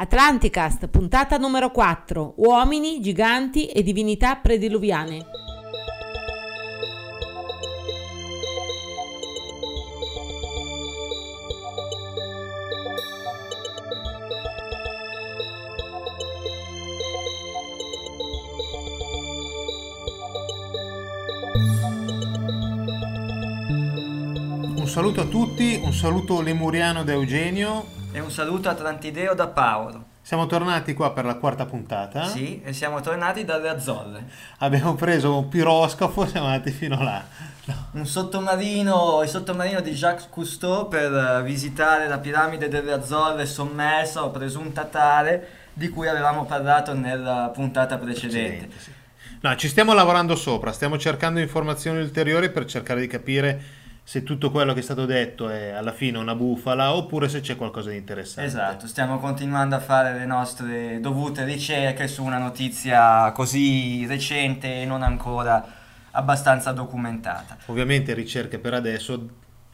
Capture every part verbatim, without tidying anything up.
Atlanticast, puntata numero quattro. Uomini, giganti e divinità prediluviane. Un saluto a tutti, un saluto lemuriano da Eugenio. E un saluto atlantideo da Paolo. Siamo tornati qua per la quarta puntata. Sì, e siamo tornati dalle Azzorre. Abbiamo preso un piroscafo e siamo andati fino là. No. Un sottomarino, il sottomarino di Jacques Cousteau per visitare la piramide delle Azzorre sommersa o presunta tale, di cui avevamo parlato nella puntata precedente. precedente sì. No, ci stiamo lavorando sopra, stiamo cercando informazioni ulteriori per cercare di capire se tutto quello che è stato detto è alla fine una bufala oppure se c'è qualcosa di interessante. Esatto, stiamo continuando a fare le nostre dovute ricerche su una notizia così recente e non ancora abbastanza documentata. Ovviamente ricerche per adesso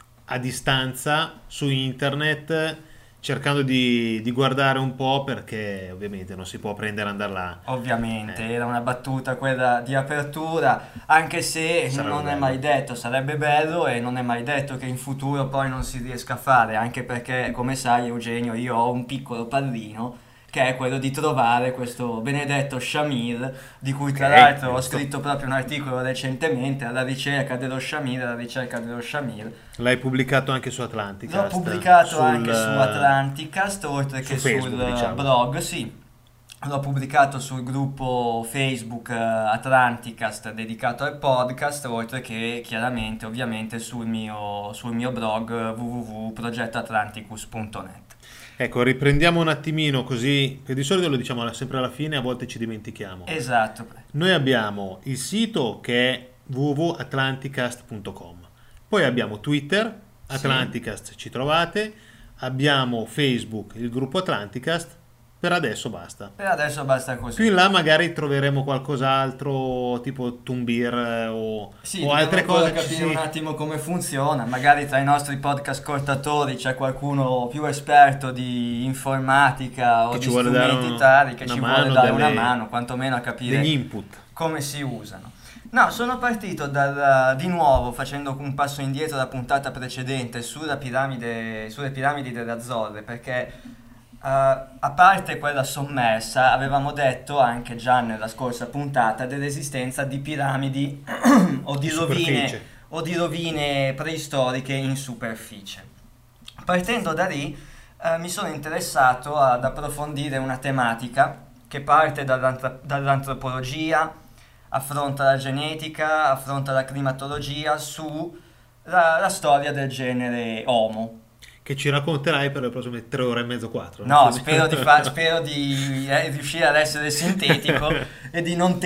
a distanza su internet, cercando di, di guardare un po', perché ovviamente non si può prendere e andare là. Ovviamente, eh. era una battuta quella di apertura, anche se sarebbe non bello. È mai detto, sarebbe bello e non è mai detto che in futuro poi non si riesca a fare, anche perché, come sai Eugenio, io ho un piccolo pallino, che è quello di trovare questo benedetto Shamir, di cui tra okay, l'altro ho scritto proprio un articolo recentemente, alla ricerca dello Shamir, alla ricerca dello Shamir. L'hai pubblicato anche su Atlanticast? L'ho pubblicato sul, anche su Atlanticast, oltre su che Facebook, sul diciamo. blog, sì. L'ho pubblicato sul gruppo Facebook Atlanticast dedicato al podcast, oltre che chiaramente ovviamente sul mio, sul mio blog w w w punto progetto atlanticus punto net. Ecco, riprendiamo un attimino così, che di solito lo diciamo sempre alla fine, a volte ci dimentichiamo. Esatto. Noi abbiamo il sito che è w w w punto atlanticast punto com, poi abbiamo Twitter, Atlanticast, sì. Ci trovate, abbiamo Facebook, il gruppo Atlanticast, per adesso basta. Per adesso basta così. Più in là magari troveremo qualcos'altro, tipo Tumbir o, sì, o altre cose. capire sì. un attimo come funziona, magari tra i nostri podcast ascoltatori c'è qualcuno più esperto di informatica o che di ci vuole strumenti dare tali che ci vuole dare delle, una mano, quantomeno a capire degli input. Come si usano. No, sono partito dal, di nuovo facendo un passo indietro dalla puntata precedente sulla piramide, sulle piramidi delle Azzorre, perché Uh, a parte quella sommersa, avevamo detto anche già nella scorsa puntata dell'esistenza di piramidi o di rovine o di rovine preistoriche in superficie. Partendo da lì uh, mi sono interessato ad approfondire una tematica che parte dall'antra- dall'antropologia, affronta la genetica, affronta la climatologia su la, la storia del genere Homo. Che ci racconterai per le prossime tre ore e mezzo, quattro. No, spero di, fa- spero di eh, riuscire ad essere sintetico e di non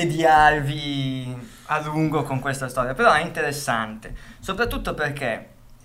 tediarvi a lungo con questa storia. Però è interessante, soprattutto perché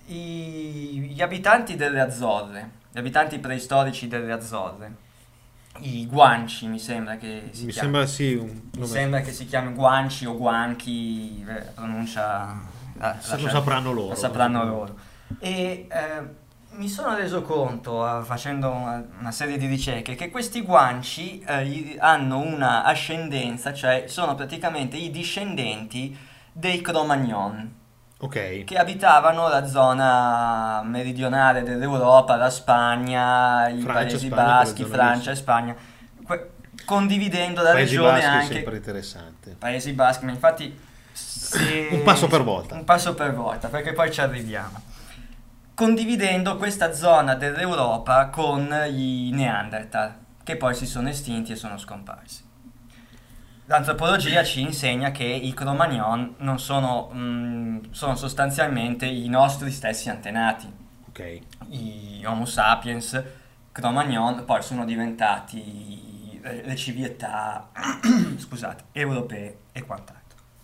i- gli abitanti delle Azzorre, gli abitanti preistorici delle Azzorre, i Guanci mi sembra che si mi chiami. Sembra, sì, un mi sembra che si chiami Guanci o Guanchi, eh, pronuncia... La, Se lo sapranno loro. Lo sapranno loro. E... Eh, mi sono reso conto, uh, facendo una, una serie di ricerche, che questi Guanci uh, hanno una ascendenza, cioè sono praticamente i discendenti dei Cro-Magnon, okay. che abitavano la zona meridionale dell'Europa, la Spagna, i Francia, Paesi Spagna, Baschi, Francia e Spagna, que- condividendo la Paesi regione Baschi anche... è sempre interessante. Paesi Baschi, ma infatti... Se... un passo per volta. Un passo per volta, perché poi ci arriviamo. Condividendo questa zona dell'Europa con i Neanderthal, che poi si sono estinti e sono scomparsi. L'antropologia ci insegna che i Cro-Magnon non sono, mh, sono sostanzialmente i nostri stessi antenati. Okay. I Homo sapiens, Cro-Magnon, poi sono diventati le civiltà scusate, europee e quant'altro.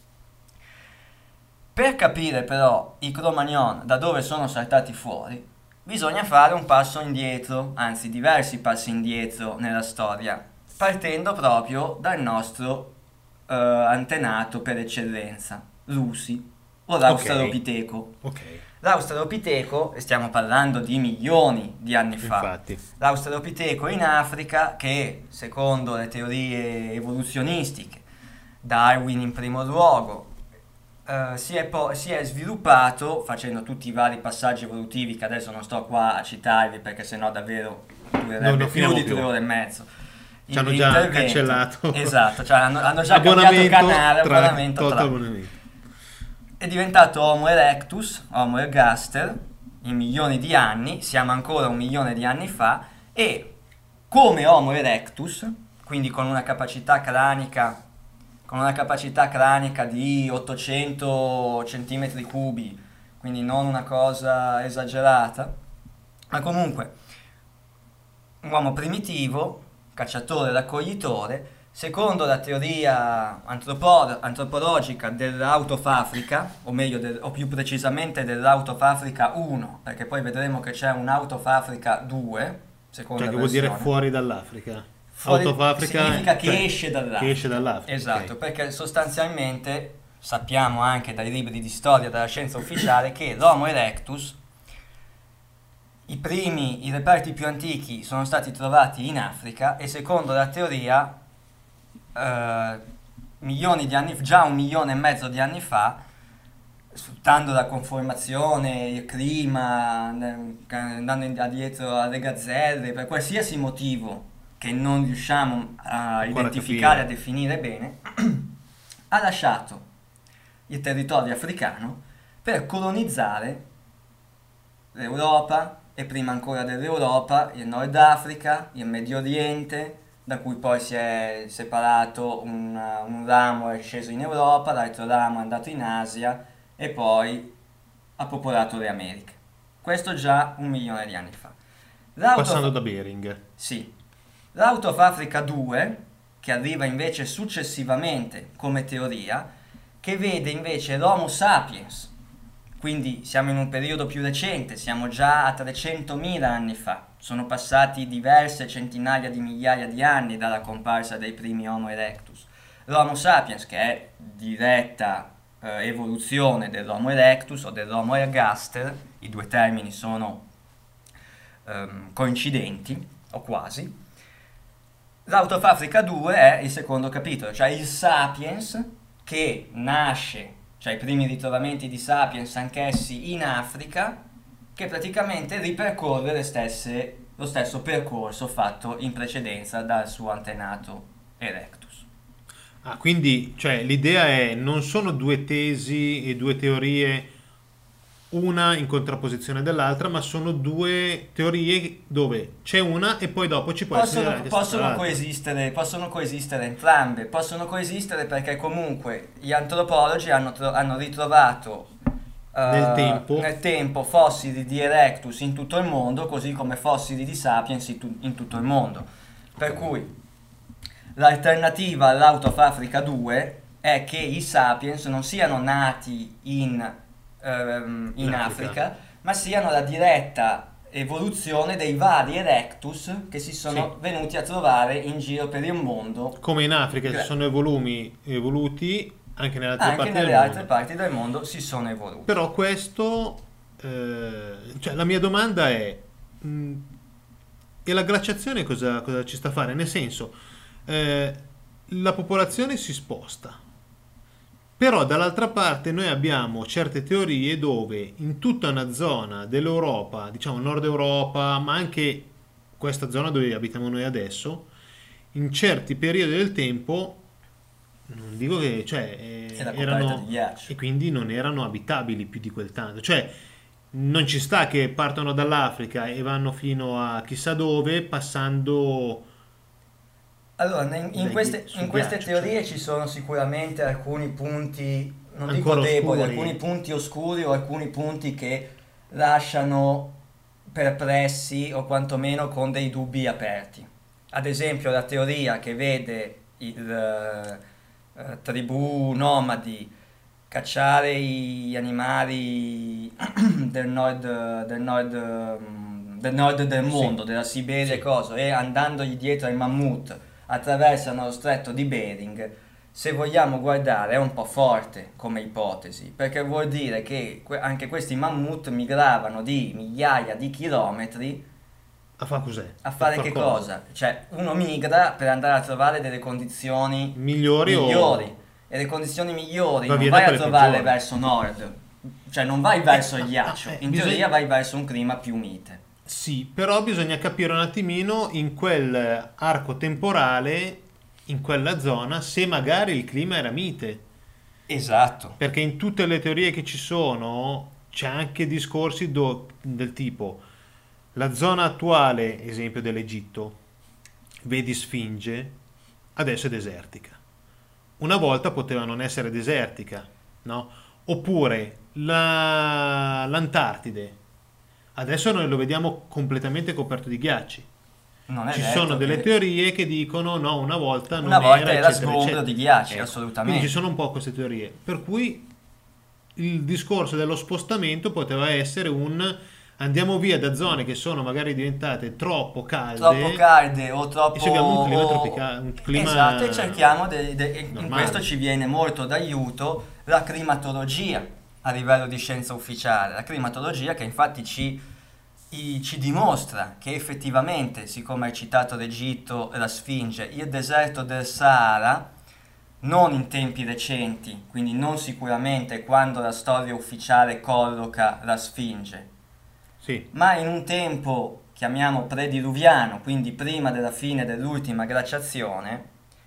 Per capire però i Cro-Magnon da dove sono saltati fuori, bisogna fare un passo indietro, anzi diversi passi indietro nella storia, partendo proprio dal nostro uh, antenato per eccellenza, Lucy o l'Australopiteco. Okay. Okay. L'Australopiteco, e stiamo parlando di milioni di anni fa, Infatti. l'Australopiteco in Africa, che secondo le teorie evoluzionistiche, Darwin in primo luogo, eh, si, è po- si è sviluppato facendo tutti i vari passaggi evolutivi che adesso non sto qua a citarvi perché sennò davvero durerebbe Non ne più finiamo di più. tre ore e mezzo. Ci hanno Il- già l'intervento. cancellato. Esatto, cioè hanno, hanno già cambiato Abbonamento canale, tra- abbonamento tolto tra. abbonamento. È diventato Homo erectus, Homo ergaster, in milioni di anni, siamo ancora un milione di anni fa, e come Homo erectus, quindi con una capacità cranica, con una capacità cranica di ottocento centimetri cubi, quindi non una cosa esagerata, ma comunque un uomo primitivo, cacciatore raccoglitore, secondo la teoria antropo- antropologica dell'Out of Africa, o meglio, del- o più precisamente dell'Out of Africa uno, perché poi vedremo che c'è un Out of Africa due, seconda Cioè che vuol versione. dire fuori dall'Africa. Fuori- Out of Africa significa che cioè, esce dall'Africa. Che esce dall'Africa. Esatto, ok. perché sostanzialmente sappiamo anche dai libri di storia della scienza ufficiale che l'Homo erectus, i primi, i reperti più antichi sono stati trovati in Africa e secondo la teoria eh, milioni di anni, già un milione e mezzo di anni fa, sfruttando la conformazione, il clima, ne- andando in- addietro alle gazzelle, per qualsiasi motivo che non riusciamo a Ancora identificare, a capire. definire bene, ha lasciato il territorio africano per colonizzare l'Europa e prima ancora dell'Europa il Nord Africa, il Medio Oriente, da cui poi si è separato un, un ramo è sceso in Europa, l'altro ramo è andato in Asia e poi ha popolato le Americhe. Questo già un milione di anni fa. L'Out of- Passando da Bering. sì. L'Out of Africa due, che arriva invece successivamente come teoria, che vede invece l'Homo sapiens, quindi siamo in un periodo più recente, siamo già a trecentomila anni fa, sono passati diverse centinaia di migliaia di anni dalla comparsa dei primi Homo erectus. L'Homo sapiens, che è diretta eh, evoluzione dell'Homo erectus o dell'Homo ergaster, i due termini sono ehm, coincidenti, o quasi. L'Out of Africa due è il secondo capitolo, cioè il Sapiens che nasce, cioè i primi ritrovamenti di Sapiens anch'essi in Africa, che praticamente ripercorre le stesse, lo stesso percorso fatto in precedenza dal suo antenato Erectus. Ah, quindi cioè, l'idea è non sono due tesi e due teorie una in contrapposizione dell'altra, ma sono due teorie dove c'è una e poi dopo ci può essere Possono, anche possono stata l'altra. coesistere, possono coesistere entrambe, possono coesistere perché comunque gli antropologi hanno, tro- hanno ritrovato eh, Nel tempo. nel tempo fossili di Erectus in tutto il mondo, così come fossili di Sapiens in, tu- in tutto il mondo. Per cui l'alternativa all'Out of Africa due è che i Sapiens non siano nati in, ehm, in In Africa, Africa. ma siano la diretta evoluzione dei vari Erectus che si sono Sì. venuti a trovare in giro per il mondo, Come in Africa Gra- ci sono evolumi evoluti, anche nelle altre anche parti nelle del altre mondo. parti del mondo si sono evoluti. Però questo, eh, cioè la mia domanda è, mh, e la glaciazione cosa, cosa ci sta a fare? Nel senso, eh, la popolazione si sposta, però dall'altra parte noi abbiamo certe teorie dove in tutta una zona dell'Europa, diciamo Nord Europa, ma anche questa zona dove abitiamo noi adesso, in certi periodi del tempo, non dico che, cioè, eh, Era coperta erano, di ghiaccio. e quindi non erano abitabili più di quel tanto. Cioè, non ci sta che partono dall'Africa e vanno fino a chissà dove, passando... Allora, in, in Dai, queste, sul in queste ghiaccio, teorie cioè. ci sono sicuramente alcuni punti, non Ancora dico deboli, oscuri. alcuni punti oscuri o alcuni punti che lasciano perplessi o quantomeno con dei dubbi aperti. Ad esempio la teoria che vede il eh, eh, tribù nomadi cacciare gli animali del nord del nord, mm, del nord del mondo, Sì. della Siberia e Sì. cosa, e andandogli dietro ai mammut attraversano lo stretto di Bering, se vogliamo guardare, è un po' forte come ipotesi, perché vuol dire che que- anche questi mammut migravano di migliaia di chilometri A fare cos'è? a fare Per che far cosa? Cioè, uno migra per andare a trovare delle condizioni Migliori, migliori. o... E le condizioni migliori Va non via vai da a quelle trovarle peggiori. verso nord, cioè non vai verso il ghiaccio, eh, in bisogna- teoria vai verso un clima più mite. Sì, però bisogna capire un attimino in quel arco temporale, in quella zona, se magari il clima era mite. Esatto. Perché in tutte le teorie che ci sono c'è anche discorsi do- del tipo la zona attuale, esempio dell'Egitto, vedi Sfinge, adesso è desertica. Una volta poteva non essere desertica, no? Oppure la- l'Antartide, adesso noi lo vediamo completamente coperto di ghiacci. Non è Ci detto sono delle che- teorie che dicono no, una volta non Una volta era, era eccetera, sgombro eccetera. di ghiacci, Ecco. assolutamente. Quindi ci sono un po' queste teorie. Per cui il discorso dello spostamento poteva essere un andiamo via da zone che sono magari diventate troppo calde, troppo calde o troppo e seguiamo un clima o- tropicale, un clima esatto, e cerchiamo de- de- e in normale. questo ci viene molto d'aiuto la climatologia a livello di scienza ufficiale, la climatologia che infatti ci, i- ci dimostra che effettivamente, siccome hai citato l'Egitto e la Sfinge, il deserto del Sahara non in tempi recenti, quindi non sicuramente quando la storia ufficiale colloca la Sfinge, Sì, ma in un tempo, chiamiamo prediluviano, quindi prima della fine dell'ultima glaciazione,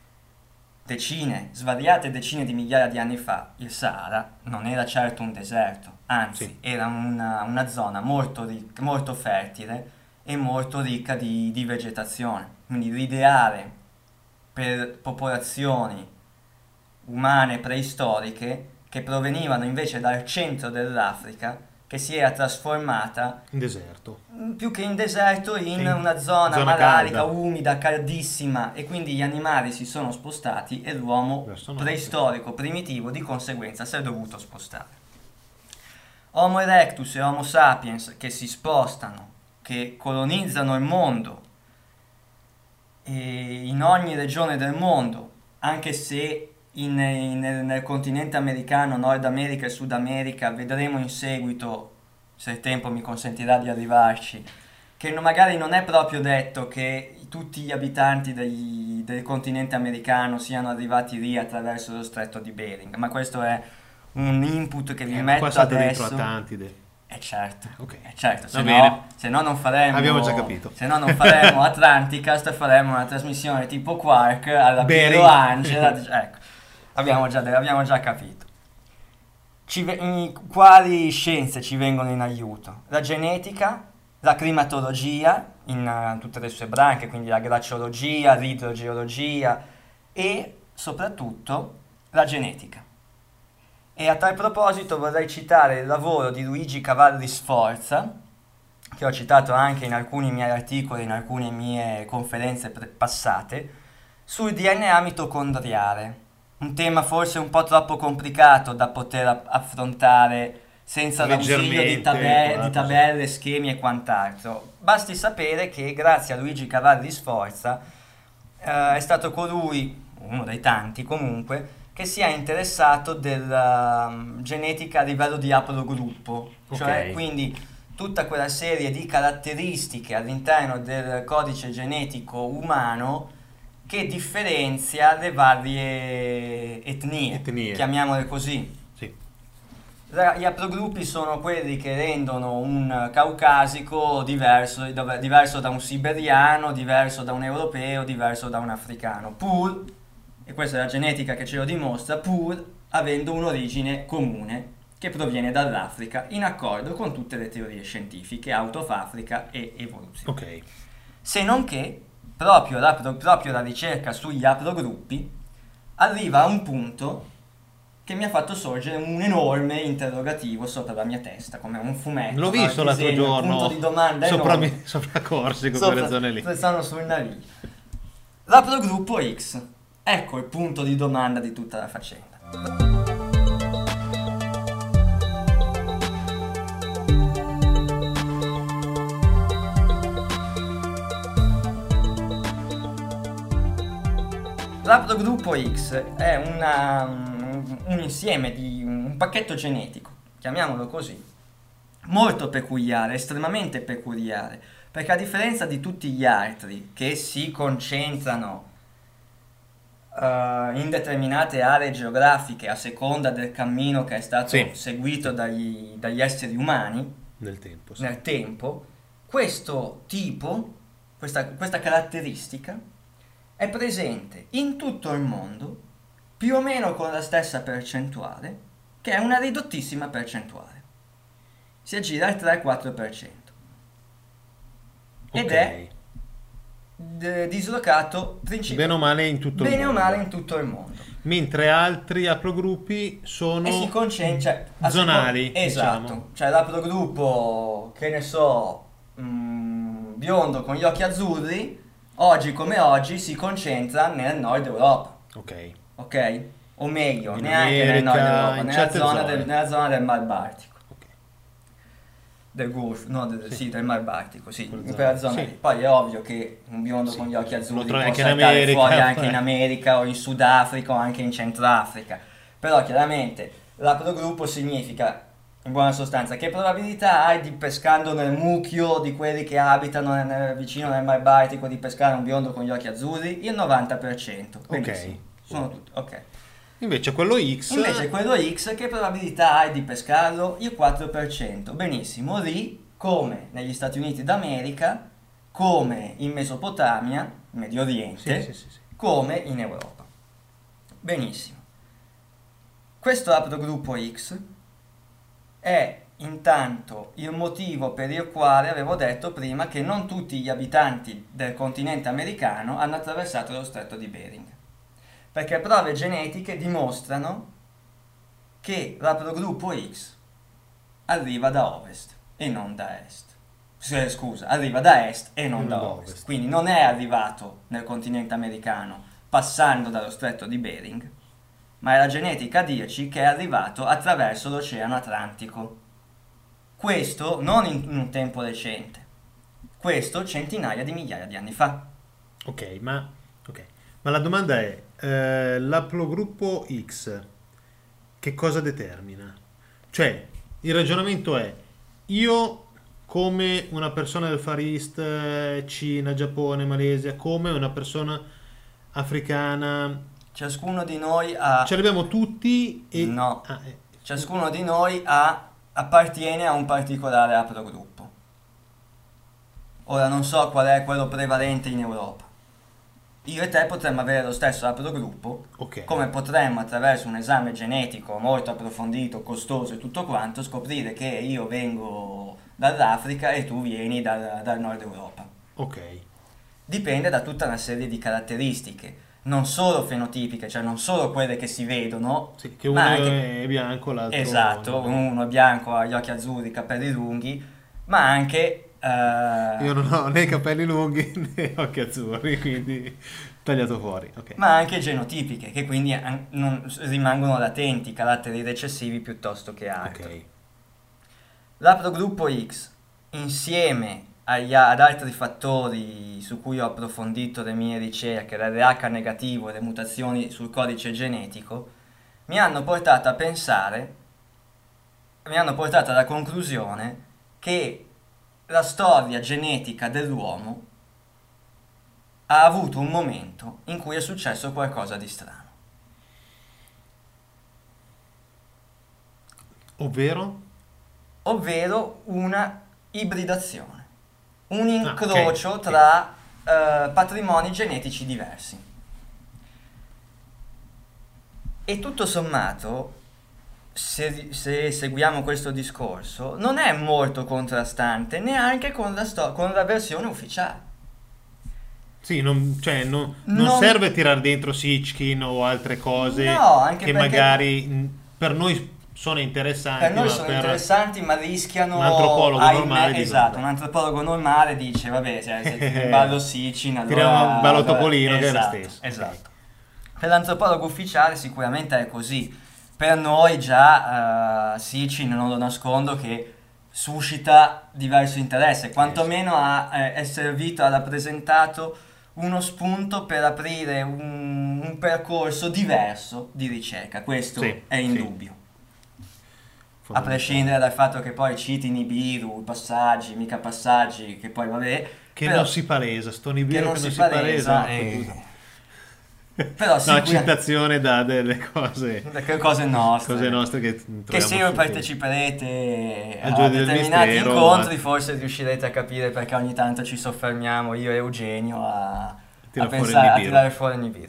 decine, svariate decine di migliaia di anni fa, il Sahara non era certo un deserto, anzi Sì. era una, una zona molto, ric- molto fertile e molto ricca di, di vegetazione. Quindi l'ideale per popolazioni umane preistoriche che provenivano invece dal centro dell'Africa, che si era trasformata in deserto. mm, più che in deserto in Sì, una zona, zona malarica, calda. umida, caldissima, e quindi gli animali si sono spostati e l'uomo Verso nord. preistorico, primitivo, di conseguenza si è dovuto spostare. Homo erectus e Homo sapiens che si spostano, che colonizzano il mondo e in ogni regione del mondo, anche se in- in- nel, nel continente americano, Nord America e Sud America, vedremo in seguito, se il tempo mi consentirà di arrivarci, che no- magari non è proprio detto che tutti gli abitanti degli- del continente americano siano arrivati lì attraverso lo stretto di Bering, ma questo è un input che vi Eh, ma metto qua state adesso. dentro Atlantide. Eh certo, Ok. eh certo, se Va no, bene. se no non faremo Abbiamo già capito. se no non faremo Atlanticast, faremo una trasmissione tipo Quark alla Bering. Piero Angela, dic- ecco, abbiamo già, abbiamo già capito. Ci ve- in- quali scienze ci vengono in aiuto? La genetica, la climatologia in eh, tutte le sue branche, quindi la glaciologia, l'idrogeologia e soprattutto la genetica. E a tal proposito vorrei citare il lavoro di Luigi Cavalli Sforza, che ho citato anche in alcuni miei articoli, in alcune mie conferenze pre- passate, sul D N A mitocondriale. Un tema forse un po' troppo complicato da poter a- affrontare senza l'ausilio di, Leggermente, tabe- guarda, di tabelle, schemi e quant'altro. Basti sapere che grazie a Luigi Cavalli Sforza eh, è stato colui, uno dei tanti comunque, che si è interessato della um, genetica a livello di haplogruppo, cioè Ok. quindi tutta quella serie di caratteristiche all'interno del codice genetico umano che differenzia le varie etnie, Etnie. chiamiamole così. Sì. La- Gli haplogruppi sono quelli che rendono un caucasico diverso, dov- diverso da un siberiano, diverso da un europeo, diverso da un africano, pur, e questa è la genetica che ce lo dimostra, pur avendo un'origine comune che proviene dall'Africa, in accordo con tutte le teorie scientifiche, out of Africa e evoluzione. Ok. Se non che proprio la, proprio la ricerca sugli haplogruppi arriva a un punto che mi ha fatto sorgere un enorme interrogativo sopra la mia testa, come un fumetto. L'ho no? visto Il l'altro disegno, il giorno punto di domanda sopra, enorme. mi- sopra Corsico, Sopra- quelle zone lì. stanno sul naviglio. L'haplogruppo X. Ecco il punto di domanda di tutta la faccenda. L'aplogruppo X è una, un, un insieme di un pacchetto genetico, chiamiamolo così, molto peculiare, estremamente peculiare, perché a differenza di tutti gli altri che si concentrano uh, in determinate aree geografiche a seconda del cammino che è stato Sì. seguito dagli, dagli esseri umani Nel tempo, sì. nel tempo, questo tipo, questa, questa caratteristica è presente in tutto il mondo più o meno con la stessa percentuale, che è una ridottissima percentuale. Si aggira al tre quattro per cento. Ed Ok. è d- dislocato principalmente Bene o male in tutto il bene o mondo. male in tutto il mondo. Mentre altri aplogruppi sono E si concentra cioè, a zonali, seco- esatto, diciamo. cioè l'aplogruppo, che ne so, mm, biondo con gli occhi azzurri, oggi come oggi si concentra nel nord Europa, Ok. ok? O meglio, In neanche nel America, nord Europa, in nella certe zona, zone. del, nella zona del Mar Baltico, Ok. del Golfo, no, del, Sì. sì, del Mar Baltico, sì, Quella in zona, quella zona sì. lì. Poi è ovvio che un biondo Sì. con gli occhi Lo azzurri trovi può anche in saltare America, fuori anche eh. in America o in Sudafrica o anche in Centrafrica. Però chiaramente l'aplogruppo significa, in buona sostanza, che probabilità hai di pescando nel mucchio di quelli che abitano nel, nel- vicino nel Mar Baltico di pescare un biondo con gli occhi azzurri? Il novanta per cento. Benissimo. Sono tutti, ok. Invece quello X Invece quello X, che probabilità hai di pescarlo? Il quattro per cento. Benissimo, lì, come negli Stati Uniti d'America, come in Mesopotamia, Medio Oriente, Sì, sì, sì, sì. come in Europa. Benissimo. Questo aplogruppo X è intanto il motivo per il quale avevo detto prima che non tutti gli abitanti del continente americano hanno attraversato lo stretto di Bering. Perché prove genetiche dimostrano che l'aplogruppo X arriva da ovest e non da est. S- Scusa, arriva da est e non da ovest. Quindi non è arrivato nel continente americano passando dallo stretto di Bering, ma è la genetica a dirci che è arrivato attraverso l'Oceano Atlantico. Questo non in un tempo recente, questo centinaia di migliaia di anni fa. Ok, ma, ok. Ma la domanda è, eh, l'aplogruppo X che cosa determina? Cioè, il ragionamento è, io come una persona del Far East, eh, Cina, Giappone, Malesia, come una persona africana, Ciascuno di noi ha... ce li abbiamo tutti e... No. Ah, eh, Ciascuno di noi ha, appartiene a un particolare aplogruppo. Ora non so qual è quello prevalente in Europa. Io e te potremmo avere lo stesso aplogruppo, ok. come potremmo attraverso un esame genetico molto approfondito, costoso e tutto quanto scoprire che io vengo dall'Africa e tu vieni dal, dal nord Europa. Ok. Dipende da tutta una serie di caratteristiche, non solo fenotipiche, cioè non solo quelle che si vedono, Sì, che uno ma anche... è bianco, l'altro... Esatto, uno è bianco, ha gli occhi azzurri, capelli lunghi, ma anche... eh, Io non ho né i capelli lunghi né occhi azzurri, quindi tagliato fuori. Ok. ma anche genotipiche, che quindi an- non- rimangono latenti, caratteri recessivi piuttosto che altro. Ok. L'aplogruppo X, insieme agli a- ad altri fattori su cui ho approfondito le mie ricerche, l'R H negativo e le mutazioni sul codice genetico, mi hanno portato a pensare, mi hanno portato alla conclusione che la storia genetica dell'uomo ha avuto un momento in cui è successo qualcosa di strano. Ovvero? Ovvero una ibridazione, un incrocio Ah, ok, ok. tra eh, patrimoni genetici diversi. E tutto sommato, se, se seguiamo questo discorso, non è molto contrastante neanche con la, sto- con la versione ufficiale. Sì, non, cioè, non, non Non- serve tirare dentro Sitchkin o altre cose No, anche che perché- magari mh, per noi sono interessanti, Per noi ma sono per- interessanti, ma rischiano. un antropologo ahimè, normale dice, esatto, vabbè. un antropologo normale dice: vabbè, se, se ti in ballo Sitchin, allora. Tiriamo in ballo allora- Topolino, che è lo esatto, stesso. Esatto. Per l'antropologo ufficiale sicuramente è così. Per noi già uh, Sitchin, non lo nascondo, che suscita diverso interesse, quantomeno ha, eh, è servito, ha rappresentato uno spunto per aprire un, un percorso diverso di ricerca, questo Sì, è indubbio. A Fondamentale. prescindere dal fatto che poi citi Nibiru, passaggi, mica passaggi, che poi vabbè... Che però- non si palesa, sto che Nibiru non che si non si palesa, palesa. e- però No, sicuramente citazione da delle cose, che cose nostre, cose nostre che che troviamo se voi su parteciperete Al a Giovedì del determinati Mistero, incontri ma- forse riuscirete a capire perché ogni tanto ci soffermiamo io e Eugenio a, a Tira fuori il pensare a Nibiru. tirare fuori il Nibiru.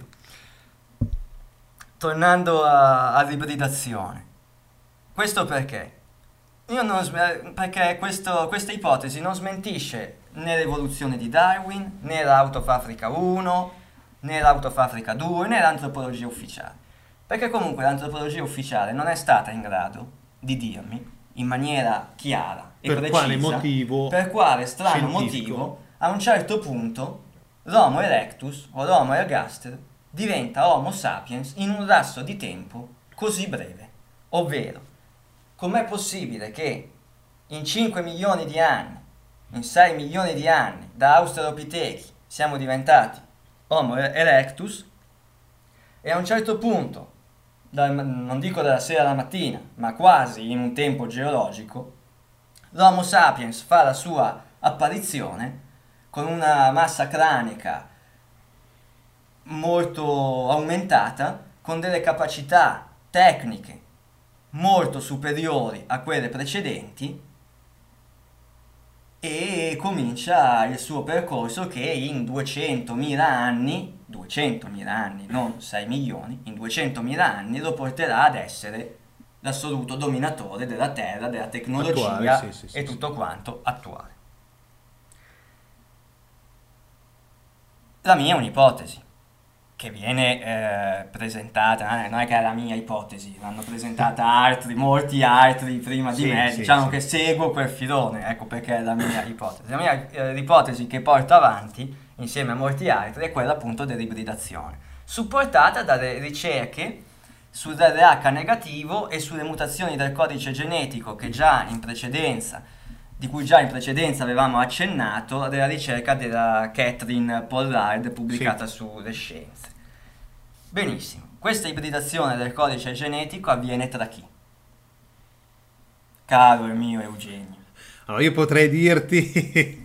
Tornando a- all'ibridazione, questo perché? Io non sm- perché questo- questa ipotesi non smentisce né l'evoluzione di Darwin, né l'Out of Africa uno, né l'Out of Africa due, né l'antropologia ufficiale. Perché comunque l'antropologia ufficiale non è stata in grado di dirmi in maniera chiara e Per precisa quale motivo per quale strano scientifico. motivo a un certo punto l'Homo erectus o l'Homo ergaster diventa Homo sapiens in un lasso di tempo così breve. Ovvero, com'è possibile che in cinque milioni di anni, in sei milioni di anni, da Australopitechi siamo diventati Homo erectus e a un certo punto, dal- non dico dalla sera alla mattina, ma quasi in un tempo geologico, l'Homo sapiens fa la sua apparizione con una massa cranica molto aumentata, con delle capacità tecniche molto superiori a quelle precedenti e comincia il suo percorso che in duecentomila anni, duecentomila anni, non sei milioni, in duecentomila anni lo porterà ad essere l'assoluto dominatore della Terra, della tecnologia Attuale, sì, sì, sì, e sì. tutto quanto attuale. La mia è un'ipotesi che viene eh, presentata, eh, non è che è la mia ipotesi, l'hanno presentata altri, molti altri prima di Sì, me, sì, diciamo sì. che seguo quel filone, ecco perché è la mia ipotesi. La mia eh, ipotesi che porto avanti, insieme a molti altri, è quella appunto dell'ibridazione, supportata dalle ricerche sull'R H negativo e sulle mutazioni del codice genetico che già in precedenza di cui già in precedenza avevamo accennato, della ricerca della Catherine Pollard pubblicata sulle Scienze. Benissimo, questa ibridazione del codice genetico avviene tra chi? Caro il mio Eugenio. Allora io potrei dirti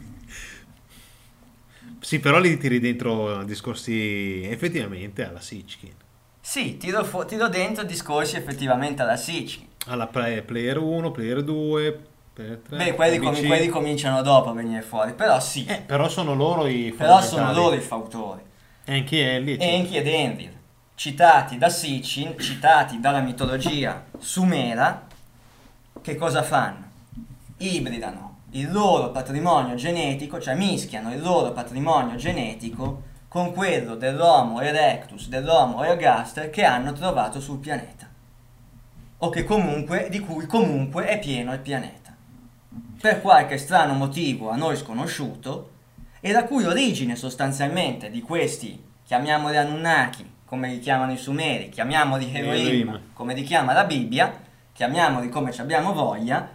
sì, però li tiri dentro discorsi effettivamente alla Sitchkin, Sì, tiro, fu- tiro dentro discorsi effettivamente alla Sitchkin. alla play- Player uno, Player due, Player tre. Beh, quelli, A B C. com- quelli cominciano dopo a venire fuori, però sì, Eh, però sono loro i però sono fondamentali. loro i fautori. Enki, Ellie, eccetera. Enki ed Enlil, citati da Sitchin, citati dalla mitologia sumera, che cosa fanno? Ibridano il loro patrimonio genetico, cioè mischiano il loro patrimonio genetico con quello dell'Homo erectus, dell'Homo ergaster che hanno trovato sul pianeta, o che comunque, di cui comunque è pieno il pianeta, per qualche strano motivo a noi sconosciuto, e la cui origine sostanzialmente di questi, chiamiamoli Anunnaki, come li chiamano i Sumeri, chiamiamoli Elohim, Elohim. come li chiama la Bibbia, chiamiamoli come ci abbiamo voglia,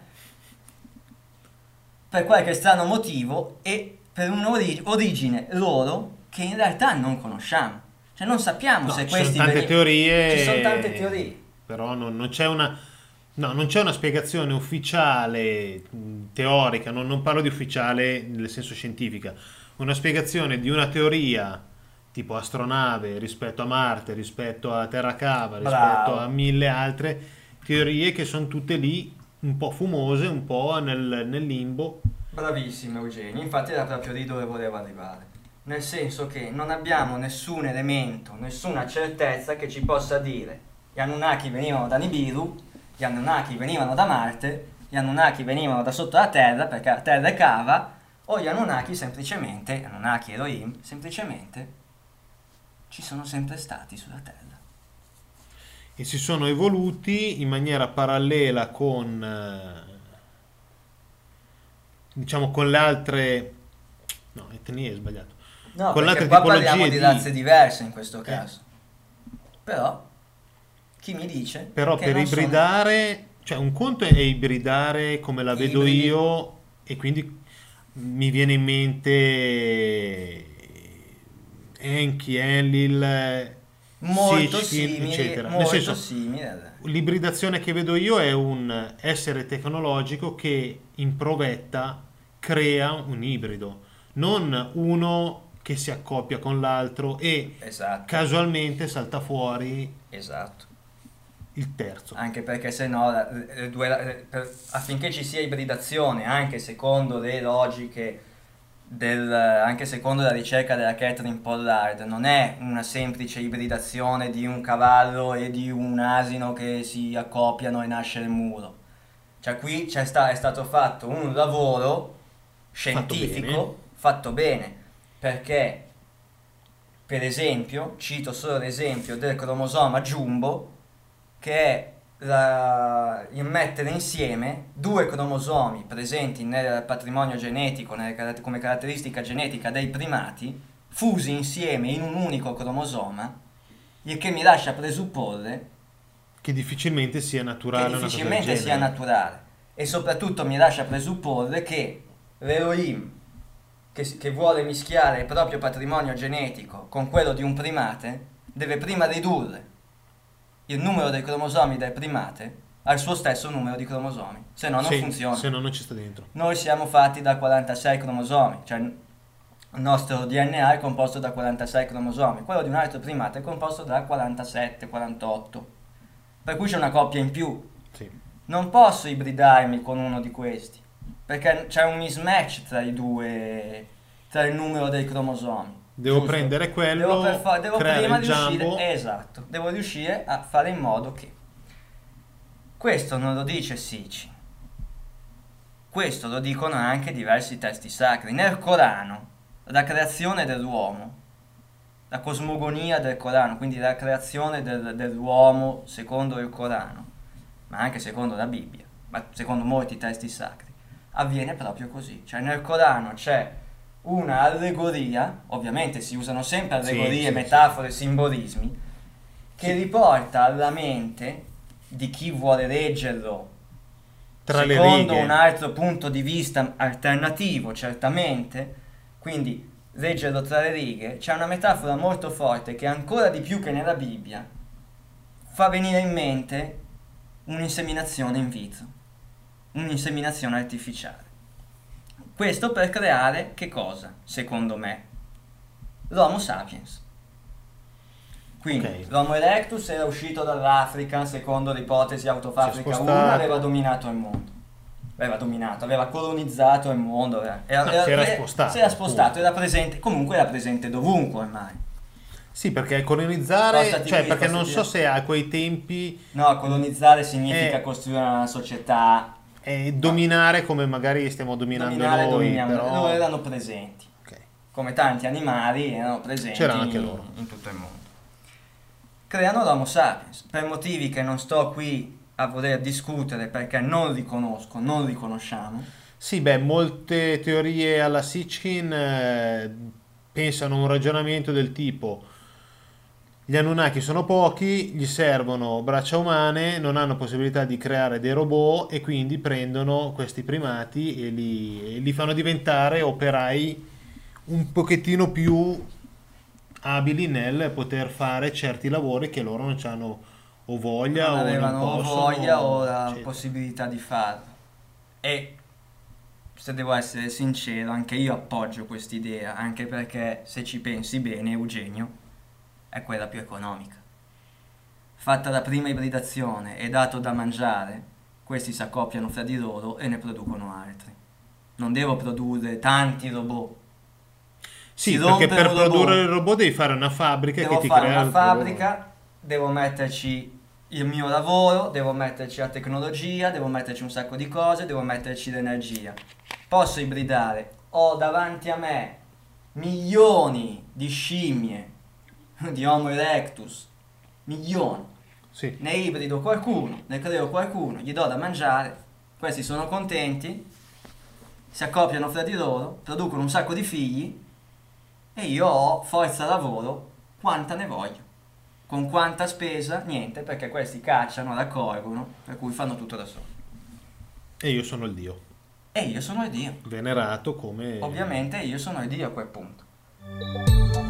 per qualche strano motivo e per un'origine loro che in realtà non conosciamo. Cioè non sappiamo No, se ci sono questi tante veni- teorie, Ci sono tante teorie. però non, non c'è una no, non c'è una spiegazione ufficiale, mh, teorica, non, non parlo di ufficiale nel senso scientifica, una spiegazione di una teoria tipo astronave rispetto a Marte, rispetto a Terra Cava, rispetto Bravo. a mille altre teorie che sono tutte lì un po' fumose, un po' nel, nel limbo. Bravissimo Eugenio, infatti era proprio lì dove volevo arrivare. Nel senso che non abbiamo nessun elemento, nessuna certezza che ci possa dire gli Anunnaki venivano da Nibiru, gli Anunnaki venivano da Marte, gli Anunnaki venivano da sotto la Terra perché la Terra è cava, o gli Anunnaki semplicemente, Anunnaki Elohim, semplicemente ci sono sempre stati sulla Terra. E si sono evoluti in maniera parallela con eh, diciamo con le altre no, etnie è sbagliato. No, Con perché l'altre qua tipologie parliamo di di- razze diverse in questo Eh. caso. Però, chi mi dice Però che per non sono- ibridare, cioè un conto è ibridare come la vedo Ibridi. io e quindi mi viene in mente Enki, Enlil, Molto Sitchin, simili, eccetera. Nel molto senso, simile. l'ibridazione che vedo io è un essere tecnologico che in provetta crea un ibrido, non uno che si accoppia con l'altro e Esatto, casualmente salta fuori esatto. il terzo. Anche perché se no, la- le due- la- per- affinché ci sia ibridazione, anche secondo le logiche del, anche secondo la ricerca della Catherine Pollard, non è una semplice ibridazione di un cavallo e di un asino che si accoppiano e nasce il mulo. Cioè qui c'è sta- è stato fatto un lavoro scientifico fatto bene, perché per esempio, cito solo l'esempio del cromosoma jumbo, che è la- il mettere insieme due cromosomi presenti nel patrimonio genetico, nelle car- come caratteristica genetica dei primati, fusi insieme in un unico cromosoma, il che mi lascia presupporre Che difficilmente sia che naturale una cosa del difficilmente sia genere. naturale, e soprattutto mi lascia presupporre che l'Elohim che, si- che vuole mischiare il proprio patrimonio genetico con quello di un primate deve prima ridurre il numero dei cromosomi del primate al suo stesso numero di cromosomi, se no non Sì, funziona. se no non ci sta dentro. Noi siamo fatti da quarantasei cromosomi, cioè il nostro D N A è composto da quarantasei cromosomi, quello di un altro primate è composto da quarantasette quarantotto, per cui c'è una coppia in più. Sì. Non posso ibridarmi con uno di questi, perché c'è un mismatch tra i due, tra il numero dei cromosomi. Devo Giusto? prendere quello, devo, per fa- devo creare prima il riuscire, jumbo. esatto, devo riuscire a fare in modo che questo non lo dice Sitchin, questo lo dicono anche diversi testi sacri. Nel Corano, la creazione dell'uomo, la cosmogonia del Corano, quindi la creazione del- dell'uomo secondo il Corano, ma anche secondo la Bibbia, ma secondo molti testi sacri, avviene proprio così. Cioè nel Corano c'è una allegoria, ovviamente si usano sempre Sì, allegorie, sì, metafore, simbolismi, che Sì. riporta alla mente di chi vuole leggerlo Tra le secondo righe. un altro punto di vista alternativo, certamente, quindi leggerlo tra le righe, c'è una metafora molto forte che ancora di più che nella Bibbia fa venire in mente un'inseminazione in vitro, un'inseminazione artificiale. Questo per creare che cosa, secondo me? L'Homo sapiens. Quindi Ok. l'Homo erectus era uscito dall'Africa, secondo l'ipotesi Autofabbrica Si è uno, spostato. aveva dominato il mondo. Aveva dominato, aveva colonizzato il mondo. Era, era- No, era- si era era- spostato, si era spostato, punto. era presente, comunque era presente dovunque ormai. Sì, perché colonizzare, Spostati cioè qui, perché non spostati so là. se a quei tempi No, colonizzare significa Eh. costruire una società, eh, dominare come magari stiamo dominando dominare, noi, dominiamo. però... Loro erano presenti, Ok. come tanti animali erano presenti C'erano anche in, loro. in tutto il mondo. Creano l'Homo sapiens per motivi che non sto qui a voler discutere perché non li conosco, non li conosciamo. Sì, beh, molte teorie alla Sitchin eh, pensano a un ragionamento del tipo: gli Anunnaki sono pochi, gli servono braccia umane, non hanno possibilità di creare dei robot e quindi prendono questi primati e li, e li fanno diventare operai un pochettino più abili nel poter fare certi lavori che loro non hanno o voglia Non o avevano non o possono, voglia o la eccetera. possibilità di farlo. E se devo essere sincero, anche io appoggio quest'idea, anche perché se ci pensi bene, Eugenio, è quella più economica. Fatta la prima ibridazione e dato da mangiare, questi si accoppiano fra di loro e ne producono altri. Non devo produrre tanti robot. Sì, Si perché rompe per un robot. produrre il robot devi fare una fabbrica Devo che ti fare crea una il lavoro. fabbrica, devo metterci il mio lavoro, devo metterci la tecnologia, devo metterci un sacco di cose, devo metterci l'energia. Posso ibridare, ho davanti a me milioni di scimmie, di Homo erectus, milioni. Sì. Ne ibrido qualcuno, ne creo qualcuno, gli do da mangiare, questi sono contenti, si accoppiano fra di loro, producono un sacco di figli e io ho forza lavoro quanta ne voglio. Con quanta spesa? Niente, perché questi cacciano, raccolgono, per cui fanno tutto da soli. E io sono il dio, E io sono il Dio. venerato come... Ovviamente io sono il Dio a quel punto.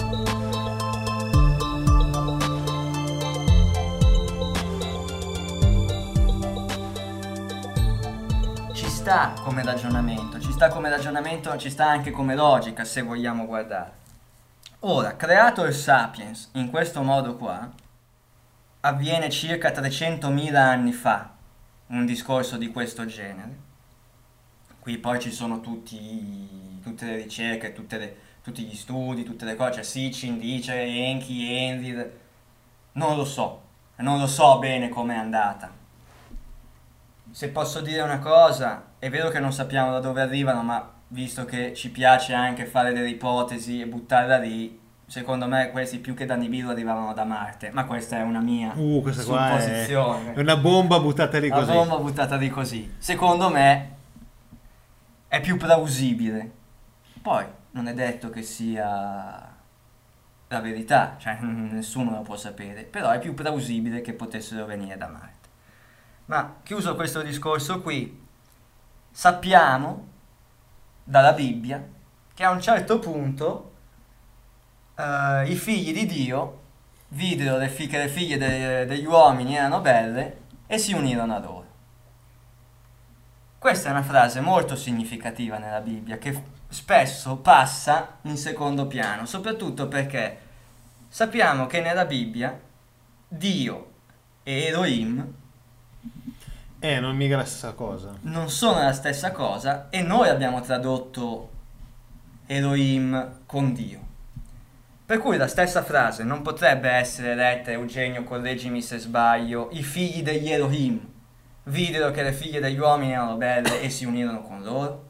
Ci sta come ragionamento, ci sta come ragionamento, ci sta anche come logica, se vogliamo guardare. Ora, creato il Sapiens in questo modo qua, avviene circa trecentomila anni fa un discorso di questo genere. Qui poi ci sono tutti, tutte le ricerche, tutte le, tutti gli studi, tutte le cose, cioè Sitchin dice, Enki, Enlil, non lo so, non lo so bene com'è andata. Se posso dire una cosa, è vero che non sappiamo da dove arrivano, ma visto che ci piace anche fare delle ipotesi e buttarla lì, secondo me questi più che da Nibiru arrivavano da Marte, ma questa è una mia Uh, questa qua è, supposizione. è una bomba buttata lì Una così. bomba buttata lì così. Secondo me è più plausibile. Poi non è detto che sia la verità, cioè nessuno lo può sapere, però è più plausibile che potessero venire da Marte. Ma chiuso questo discorso qui, sappiamo dalla Bibbia che a un certo punto eh, i figli di Dio videro le fi- che le figlie de- degli uomini erano belle e si unirono a loro. Questa è una frase molto significativa nella Bibbia che f- spesso passa in secondo piano, soprattutto perché sappiamo che nella Bibbia Dio e Elohim Eh, non è mica la stessa cosa. non sono la stessa cosa e noi abbiamo tradotto Elohim con Dio. Per cui la stessa frase non potrebbe essere letta, Eugenio, correggimi se sbaglio, i figli degli Elohim videro che le figlie degli uomini erano belle e si unirono con loro?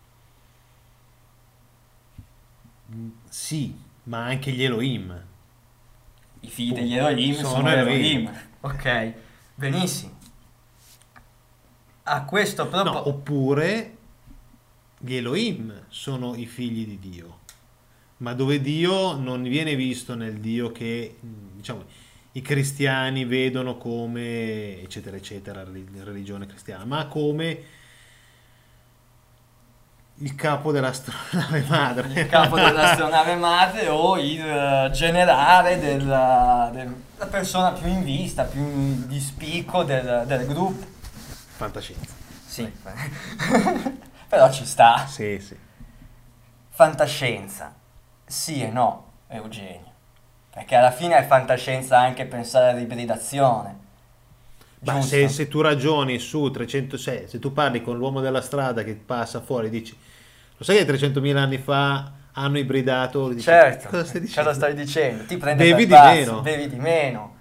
Sì, ma anche gli Elohim. I figli degli Elohim sono, Sono Elohim. Elohim. Ok, benissimo. A questo No, proposito... oppure gli Elohim sono i figli di Dio, ma dove Dio non viene visto nel Dio che, diciamo, i cristiani vedono come, eccetera, eccetera, la religione cristiana, ma come il capo dell'astronave madre. il capo dell'astronave madre o il eh, generale della, del- la persona più in vista, più di spicco del, del gruppo. Fantascienza. Sì, però ci sta. Sì, sì. Fantascienza, sì e no, Eugenio. Perché alla fine è fantascienza anche pensare all'ibridazione. Ma Giusto? se, se tu ragioni su trecentosei, se tu parli con l'uomo della strada che passa fuori e dici, lo sai che trecentomila anni fa hanno ibridato? Dici, Certo, cosa stai ce dicendo? lo stai dicendo, ti prende Bevi per di pazzo, meno. bevi di meno.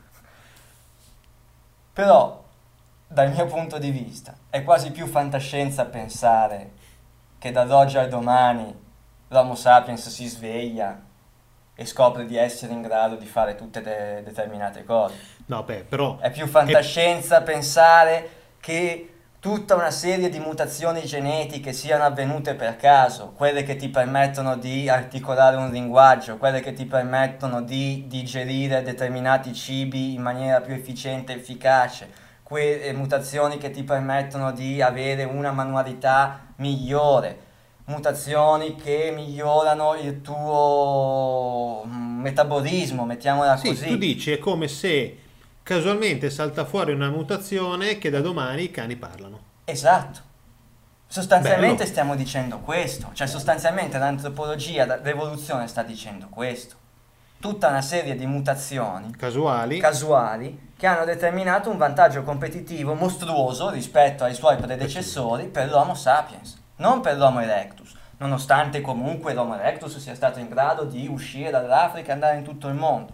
Però, dal mio punto di vista, è quasi più fantascienza pensare che dall'oggi al domani l'Homo sapiens si sveglia e scopre di essere in grado di fare tutte de- determinate cose. No, beh, però È più fantascienza pensare che tutta una serie di mutazioni genetiche siano avvenute per caso, quelle che ti permettono di articolare un linguaggio, quelle che ti permettono di digerire determinati cibi in maniera più efficiente e efficace, quelle mutazioni che ti permettono di avere una manualità migliore, mutazioni che migliorano il tuo mm, metabolismo, mettiamola sì, così. tu dici è come se casualmente salta fuori una mutazione che da domani i cani parlano. Esatto. Sostanzialmente Bello. stiamo dicendo questo, cioè sostanzialmente l'antropologia, la- l'evoluzione sta dicendo questo. Tutta una serie di mutazioni Casuali. casuali che hanno determinato un vantaggio competitivo mostruoso rispetto ai suoi predecessori per l'Homo sapiens, non per l'Homo erectus, nonostante comunque l'Homo erectus sia stato in grado di uscire dall'Africa e andare in tutto il mondo.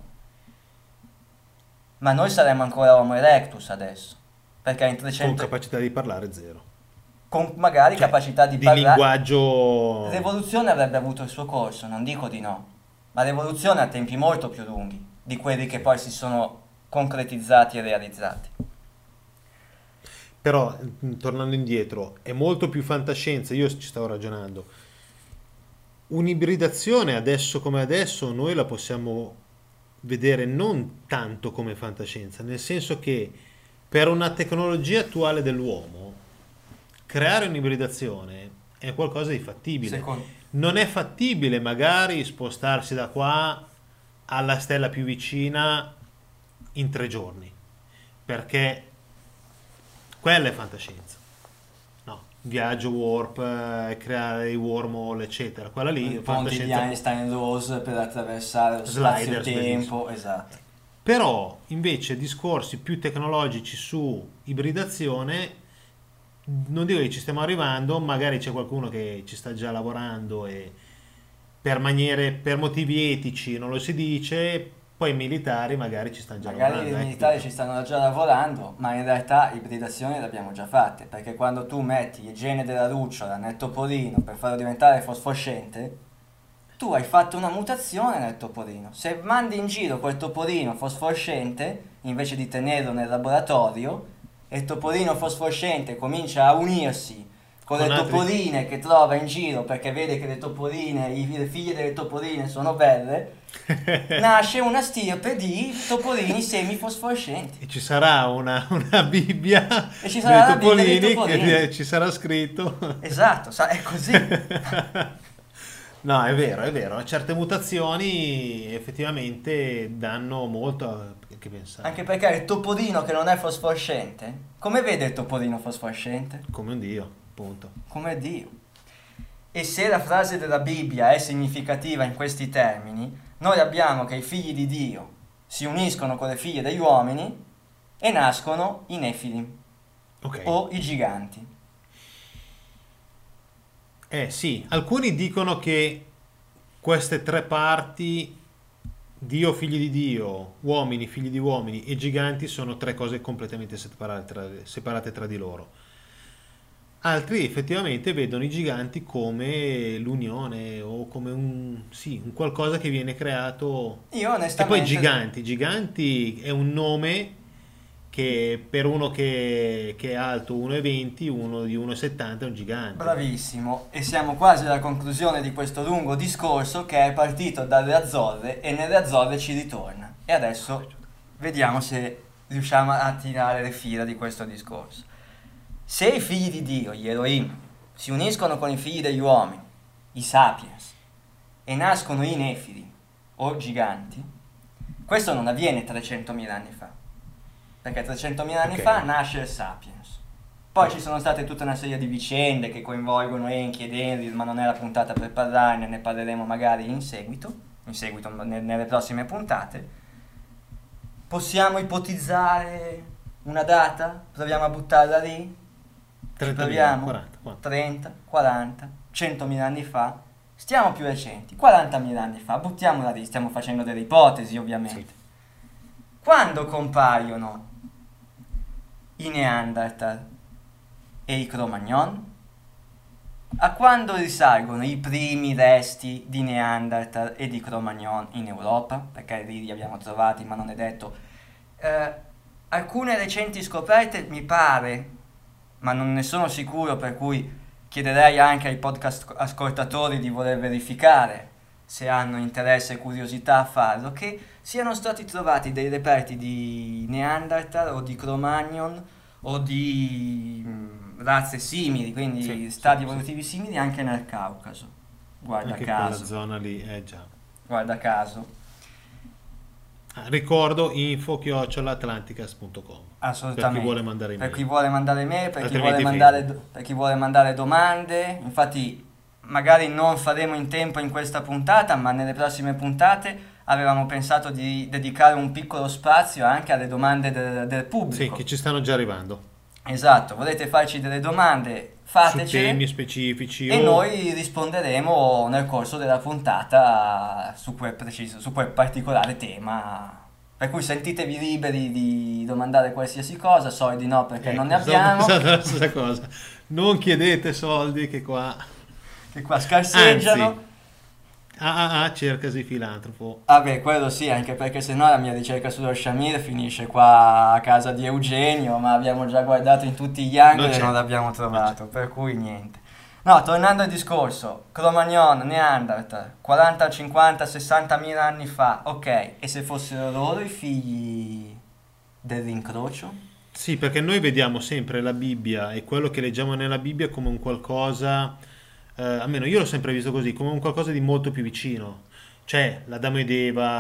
Ma noi saremmo ancora Homo erectus adesso, perché in con trecento capacità di parlare zero. con magari Cioè, capacità di, di parlare. linguaggio. L'evoluzione avrebbe avuto il suo corso, non dico di no, ma l'evoluzione ha tempi molto più lunghi di quelli che poi si sono concretizzati e realizzati. Però, mh, tornando indietro, è molto più fantascienza, io ci stavo ragionando. Un'ibridazione adesso come adesso noi la possiamo vedere non tanto come fantascienza, nel senso che per una tecnologia attuale dell'uomo creare un'ibridazione è qualcosa di fattibile. Secondo, Non è fattibile magari spostarsi da qua alla stella più vicina in tre giorni, perché quella è fantascienza, no? Viaggio warp, eh, creare i wormhole, eccetera. Quella lì I è ponti di fantascienza. Einstein-Rose per attraversare lo Sliders, spazio-tempo, bellissimo. esatto. Però invece discorsi più tecnologici su ibridazione, non dico che ci stiamo arrivando, magari c'è qualcuno che ci sta già lavorando e per maniere, per motivi etici non lo si dice, poi i militari magari ci stanno già Magari lavorando. i eh, militari tipo. ci stanno già lavorando, ma in realtà ibridazioni le abbiamo già fatte, perché quando tu metti il gene della lucciola nel topolino per farlo diventare fosfoscente, tu hai fatto una mutazione nel topolino. Se mandi in giro quel topolino fosfoscente, invece di tenerlo nel laboratorio, e il topolino fosfoscente comincia a unirsi con, Con le altri- topoline che trova in giro, perché vede che le topoline, i- le figlie delle topoline sono belle, nasce una stirpe di topolini semifosforescenti. E ci sarà una, una Bibbia E ci sarà dei la Bibbia dei topolini topolini. che ci sarà scritto. Esatto, sa- è così. No, è vero, è vero. Certe mutazioni effettivamente danno molto a che pensare. Anche perché il topolino che non è fosforescente, come vede il topolino fosforescente? Come un dio, appunto. Come Dio. E se la frase della Bibbia è significativa in questi termini, noi abbiamo che i figli di Dio si uniscono con le figlie degli uomini e nascono i Nefilim Ok. o i giganti. Eh sì, alcuni dicono che queste tre parti, Dio, figli di Dio, uomini, figli di uomini e giganti, sono tre cose completamente separate tra, separate tra di loro. Altri effettivamente vedono i giganti come l'unione o come un, sì, un qualcosa che viene creato. Io E poi onestamente... giganti, giganti è un nome che per uno che, che è alto uno e venti, uno di uno e settanta è un gigante. Bravissimo, e siamo quasi alla conclusione di questo lungo discorso che è partito dalle Azzorre e nelle Azzorre ci ritorna. E adesso vediamo se riusciamo a tirare le fila di questo discorso. Se i figli di Dio, gli Elohim, si uniscono con i figli degli uomini, i Sapiens, e nascono i Nefili, o giganti, questo non avviene trecentomila anni fa, perché trecentomila anni Ok. fa nasce il Sapiens. Poi ci sono state tutta una serie di vicende che coinvolgono Enki ed Enlil, ma non è la puntata per parlarne, ne parleremo magari in seguito, in seguito ne- nelle prossime puntate. Possiamo ipotizzare una data? Proviamo a buttarla lì? Ci trentamila, proviamo? quaranta, quanto? trenta, quaranta, centomila anni fa? Stiamo più recenti, quarantamila anni fa, buttiamola lì, stiamo facendo delle ipotesi ovviamente. Quando compaiono i Neanderthal e i Cro-Magnon? A quando risalgono i primi resti di Neanderthal e di Cro-Magnon in Europa? Perché lì li abbiamo trovati, ma non è detto. Eh, alcune recenti scoperte mi pare, ma non ne sono sicuro, per cui chiederei anche ai podcast ascoltatori di voler verificare se hanno interesse e curiosità a farlo, che siano stati trovati dei reperti di Neanderthal o di Cro-Magnon o di mh, razze simili, quindi Sì, stadi sì, evolutivi simili anche nel Caucaso. Guarda Anche quella caso, zona lì, eh già. guarda caso. Ah, ricordo info chiocciola atlanticast punto com Assolutamente. per chi vuole mandare Per email. chi vuole mandare mail, per chi Altrimenti vuole mandare, Facebook. do- per chi vuole mandare domande. Infatti magari non faremo in tempo in questa puntata, ma nelle prossime puntate avevamo pensato di dedicare un piccolo spazio anche alle domande del, del Sì, pubblico. che ci stanno già arrivando. Esatto, volete farci delle domande, Su fatecele temi specifici e o- noi risponderemo nel corso della puntata su quel preciso, su quel particolare tema. Per cui sentitevi liberi di domandare qualsiasi cosa, soldi no perché non ne Ecco, stavo abbiamo, pensando alla stessa cosa. Non chiedete soldi che qua. che qua scarseggiano. Anzi, ah, ah, ah, cercasi filantropo. Vabbè, quello sì, anche perché sennò la mia ricerca sullo Shamir finisce qua a casa di Eugenio, ma abbiamo già guardato in tutti gli angoli Non e c'è. non l'abbiamo trovato, per cui niente. No, tornando al discorso, Cro-Magnon, Neanderthal, quaranta, cinquanta, sessanta mila anni fa, ok, e se fossero loro i figli dell'incrocio? Sì, perché noi vediamo sempre la Bibbia e quello che leggiamo nella Bibbia come un qualcosa, eh, almeno io l'ho sempre visto così, come un qualcosa di molto più vicino. Cioè, l'Adamo ed Eva,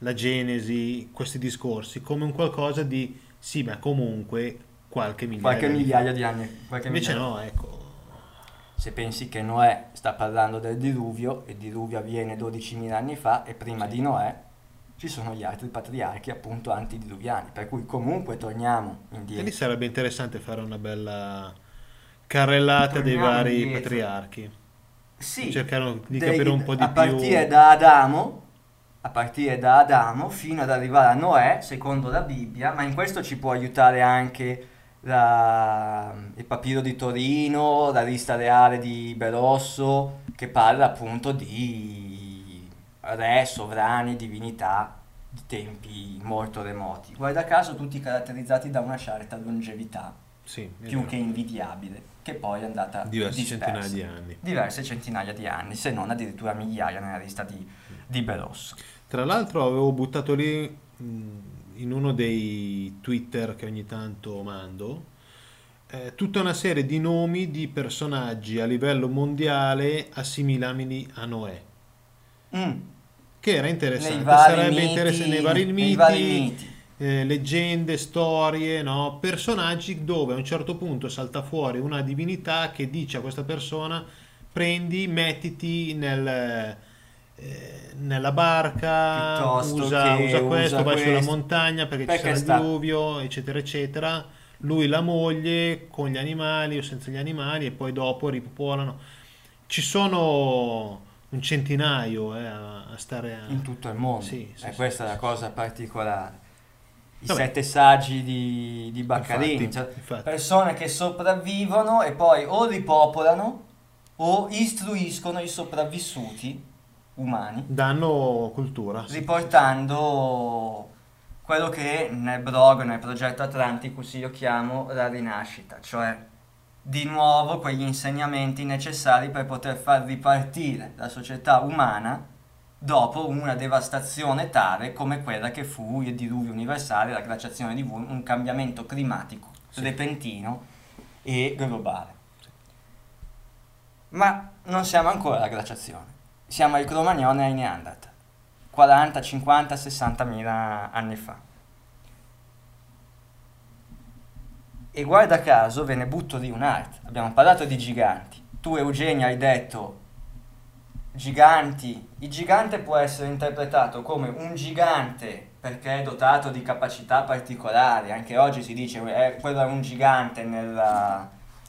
la genesi, questi discorsi, come un qualcosa di sì, ma comunque qualche migliaia Qualche di anni migliaia fa. di anni. Qualche Invece migliaia- no, ecco. Se pensi che Noè sta parlando del diluvio, e il diluvio avviene dodicimila anni fa, e prima Sì. di Noè ci sono gli altri patriarchi appunto antidiluviani, per cui comunque torniamo E lì indietro. sarebbe interessante fare una bella carrellata dei Torniamo vari indietro. patriarchi. Sì, Cercare di dei- capire un po' di a più. partire da Adamo, a partire da Adamo fino ad arrivare a Noè, secondo la Bibbia, ma in questo ci può aiutare anche la- il papiro di Torino, la lista reale di Berosso, che parla appunto di re, sovrani, divinità di tempi molto remoti. Guarda caso tutti caratterizzati da una certa longevità, Sì, è più vero. che invidiabile, che poi è andata Diverse dispersa. centinaia di anni. Diverse centinaia di anni, se non addirittura migliaia nella lista di, di Berosso. Tra l'altro avevo buttato lì mh, in uno dei Twitter che ogni tanto mando eh, tutta una serie di nomi di personaggi a livello mondiale assimilabili a Noè, Mm, che era Nei interessante, vari sarebbe miti, interessante nei vari nei miti, vari miti. eh, leggende, storie, no? Personaggi dove a un certo punto salta fuori una divinità che dice a questa persona prendi, mettiti nel, eh, nella barca, Piuttosto usa, che usa questo, usa vai sulla questo. montagna perché, Perché ci sarà sta- il diluvio, eccetera, eccetera. Lui, la moglie, con gli animali o senza gli animali, e poi dopo ripopolano. Ci sono un centinaio eh, a, a stare a... In tutto il mondo. Sì, sì, E sì, questa sì, è la sì, cosa particolare. I Vabbè. sette saggi di, di Baccarini, Infatti, cioè infatti. persone che sopravvivono e poi o ripopolano o istruiscono i sopravvissuti umani, Danno cultura. sì, riportando quello che nel blog, nel progetto Atlanticus io chiamo la rinascita, cioè di nuovo quegli insegnamenti necessari per poter far ripartire la società umana dopo una devastazione tale come quella che fu il diluvio universale, la glaciazione di Vulcan, un cambiamento climatico Sì. repentino e globale. Ma non siamo ancora alla glaciazione, siamo ai Cro-Magnon e ai Neanderthal, quaranta, cinquanta, sessanta mila anni fa. E guarda caso ve ne butto lì un'altra. Abbiamo parlato di giganti. Tu, Eugenia, hai detto giganti. Il gigante può essere interpretato come un gigante perché è dotato di capacità particolari. Anche oggi si dice eh, quello è un gigante nella,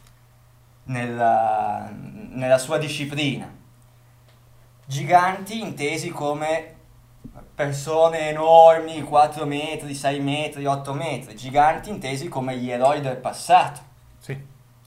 nella, nella sua disciplina. Giganti intesi come persone enormi, quattro metri, sei metri, otto metri, giganti intesi come gli eroi del passato. Sì.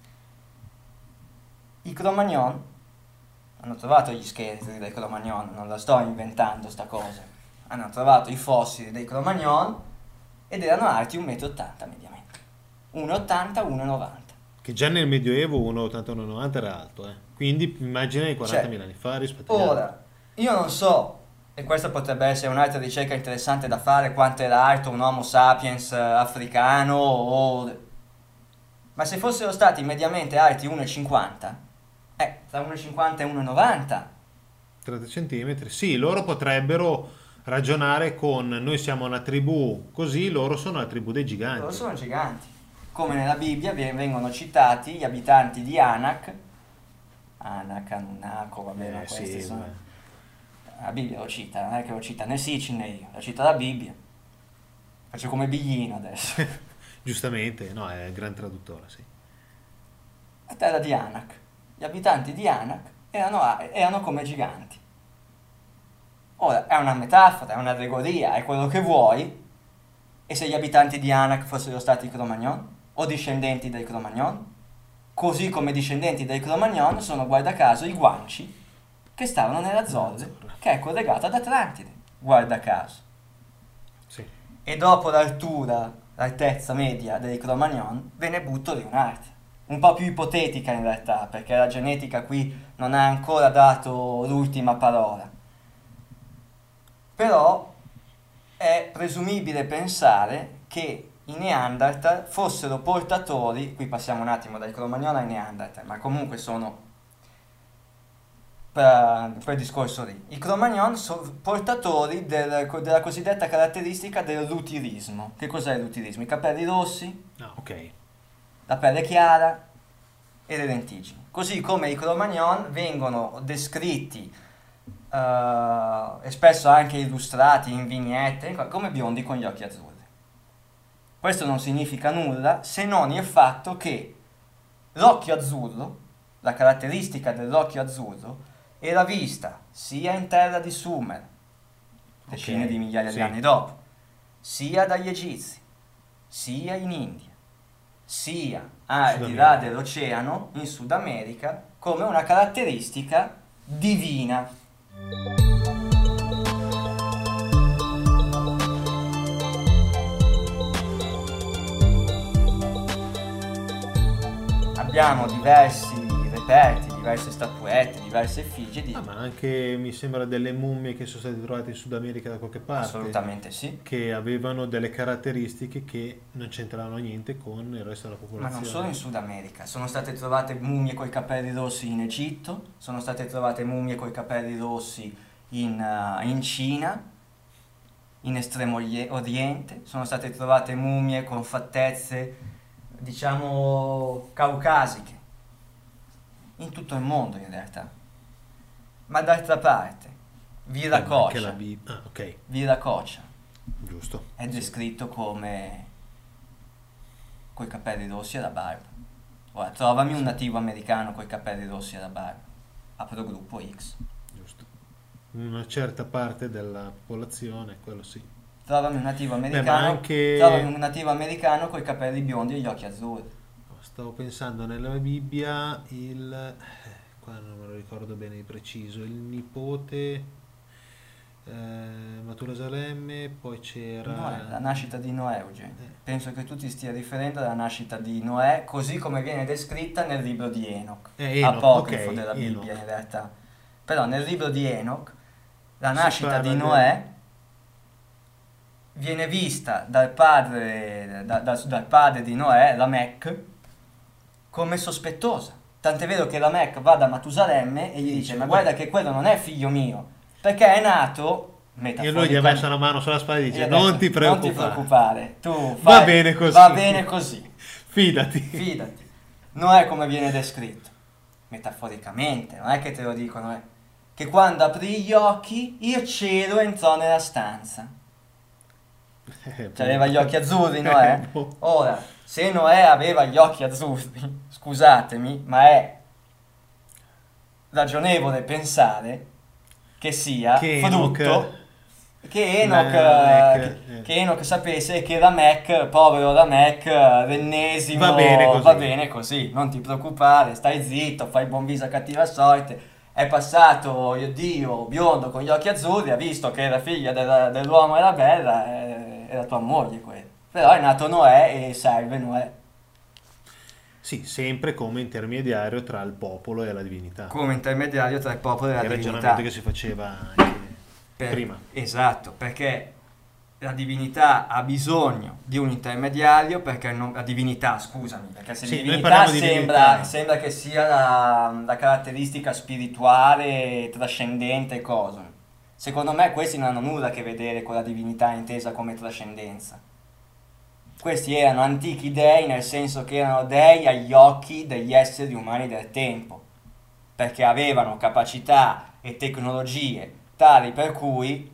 I Cro-Magnon hanno trovato gli scheletri dei Cro-Magnon, non la sto inventando sta cosa. Hanno trovato i fossili dei Cro-Magnon ed erano alti uno virgola ottanta m mediamente. uno virgola ottanta, uno virgola novanta. Che già nel Medioevo uno virgola ottanta uno virgola novanta era alto, eh. Quindi immagina i quarantamila anni fa rispetto agli altri. Ora, io non so, e questa potrebbe essere un'altra ricerca interessante da fare, quanto era alto un Homo sapiens eh, africano, o... ma se fossero stati mediamente alti uno virgola cinquanta, eh, tra uno virgola cinquanta e uno virgola novanta, trenta centimetri. Sì, loro potrebbero ragionare con noi siamo una tribù così, loro sono la tribù dei giganti. loro sono giganti. Come nella Bibbia vi- vengono citati gli abitanti di Anak, Anak, Anunnako, vabbè, ma Eh, questi sì, sono... beh. La Bibbia lo cita, non è che lo cita né Sitchin né io, lo cita la Bibbia. Faccio come Biglino adesso. Giustamente, no, è il gran traduttore, sì. La terra di Anak. Gli abitanti di Anak erano, erano come giganti. Ora, è una metafora, è un'allegoria, è quello che vuoi. E se gli abitanti di Anak fossero stati Cro-Magnon o discendenti dei Cro-Magnon, così come discendenti dei Cro-Magnon sono, guarda caso, i Guanci che stavano nella Zolle, che è collegata ad Atlantide, guarda caso. Sì. E dopo l'altura, l'altezza media dei Cro-Magnon, ve ne butto lì un'altra. Un po' più ipotetica in realtà, perché la genetica qui non ha ancora dato l'ultima parola. Però è presumibile pensare che i Neanderthal fossero portatori, qui passiamo un attimo dai Cro-Magnon ai Neanderthal, ma comunque sono per quel discorso lì. I Cro-Magnon sono portatori del- della cosiddetta caratteristica del rutilismo. Che cos'è il rutilismo? I capelli rossi, Ah, ok. la pelle chiara e le lentiggini. Così come i Cro-Magnon vengono descritti eh, e spesso anche illustrati in vignette come biondi con gli occhi azzurri. Questo non significa nulla se non il fatto che l'occhio azzurro, la caratteristica dell'occhio azzurro, era vista sia in terra di Sumer, decine Ok, di migliaia sì. di anni dopo, sia dagli egizi, sia in India, sia al di là America. dell'oceano, in Sud America, come una caratteristica divina. Abbiamo diversi reperti, diverse statuette, diverse effigie di... Ah, ma anche mi sembra delle mummie che sono state trovate in Sud America da qualche parte. Assolutamente sì. Che avevano delle caratteristiche che non c'entravano niente con il resto della Ma popolazione. non solo in Sud America, sono state trovate mummie coi capelli rossi in Egitto, sono state trovate mummie coi capelli rossi in, eh, in Cina, in Estremo Orie- Oriente, sono state trovate mummie con fattezze, diciamo, caucasiche, in tutto il mondo in realtà. Ma d'altra parte, Eh, ma anche Viracocha, la Bi- Ah, ok, Viracocha giusto. è descritto come coi capelli rossi e la barba. Ora, trovami un nativo americano coi capelli rossi e la barba. Apro gruppo X. Giusto. Una certa parte della popolazione, quello sì. Trovami un nativo Beh, ma americano. anche- Trovami un nativo americano coi capelli biondi e gli occhi azzurri. Stavo pensando nella Bibbia il... eh, qua non me lo ricordo bene di preciso, il nipote eh, Matusalemme, poi c'era... Noè, la nascita di Noè, Eugenio. Eh. Penso che tu ti stia riferendo alla nascita di Noè, così come viene descritta nel libro di Enoch, Eh, Enoch, apocrifo ok, della Bibbia Enoch. in realtà. Però nel libro di Enoch la Si nascita parla di del- Noè viene vista dal padre, da- da- dal padre di Noè, Lamech, come sospettosa. Tant'è vero che Lamech va da Matusalemme e gli dice: ma guarda che quello non è figlio mio, perché è nato, E lui gli ha metaforicamente, messo la mano sulla spalla e e dice gli ha detto, non ti preoccupare, non ti preoccupare, tu Va fai- bene così." va bene così, fidati. fidati. Noè come viene descritto? Metaforicamente, non è che te lo dicono, eh. Che quando aprì gli occhi il cielo entrò nella stanza. Eh, Cioè aveva gli occhi azzurri Eh, Noè? boh. Ora, se Noè aveva gli occhi azzurri, scusatemi, ma è ragionevole pensare che sia Che frutto Enoch- che Enoch, Lamech, eh, eh. che Enoch sapesse che Lamech, povero Lamech, l'ennesimo, Va bene così. va bene così, non ti preoccupare, stai zitto, fai buon viso a cattiva sorte. È passato il dio biondo con gli occhi azzurri, ha visto che era figlia della- dell'uomo e la bella, eh, era tua moglie quella. Però è nato Noè e serve Noè Sì, sempre come intermediario tra il popolo e la divinità. come intermediario tra il popolo e la il divinità. ragionamento che si faceva anche Per- prima. Esatto, perché la divinità ha bisogno di un intermediario, perché non, la divinità, scusami, perché se Sì, noi divinità parliamo di sembra, divinità. sembra che sia la, la caratteristica spirituale, trascendente e cosa. Secondo me questi non hanno nulla a che vedere con la divinità intesa come trascendenza. Questi erano antichi dei, nel senso che erano dei agli occhi degli esseri umani del tempo, perché avevano capacità e tecnologie tali per cui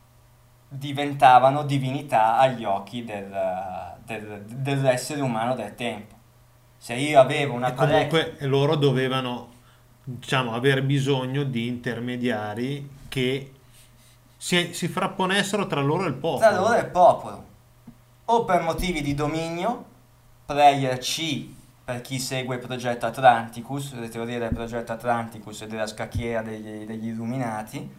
diventavano divinità agli occhi del, del- dell'essere umano del tempo. Se io avevo un E apparecchio... comunque loro dovevano, diciamo, aver bisogno di intermediari che si, si frapponessero tra loro e il popolo. Tra loro e il popolo, o per motivi di dominio, player C per chi segue il progetto Atlanticus, le teorie del progetto Atlanticus e della scacchiera degli, degli Illuminati,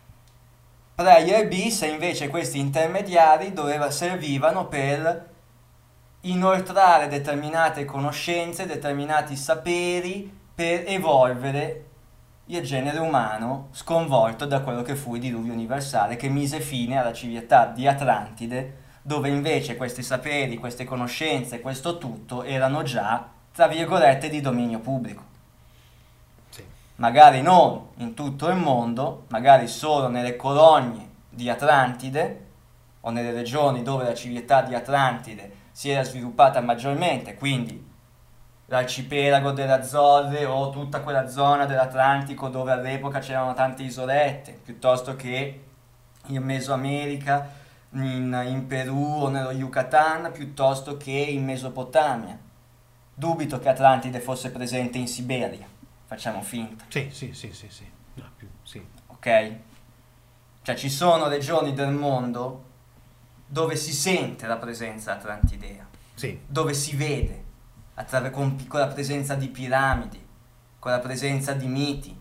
player B se invece questi intermediari doveva, servivano per inoltrare determinate conoscenze, determinati saperi, per evolvere il genere umano sconvolto da quello che fu il diluvio universale che mise fine alla civiltà di Atlantide, dove invece questi saperi, queste conoscenze, questo tutto erano già, tra virgolette, di dominio pubblico. Sì. magari non in tutto il mondo, magari solo nelle colonie di Atlantide o nelle regioni dove la civiltà di Atlantide si era sviluppata maggiormente, quindi l'arcipelago delle Azzorre o tutta quella zona dell'Atlantico dove all'epoca c'erano tante isolette, piuttosto che in Mesoamerica, in, in Perù o nello Yucatan, piuttosto che in Mesopotamia. Dubito che Atlantide fosse presente in Siberia, facciamo finta. Sì, sì, sì, sì, sì. No, più, sì. Ok? Cioè ci sono regioni del mondo dove si sente la presenza atlantidea, Sì. dove si vede, attraver- con, con la presenza di piramidi, con la presenza di miti,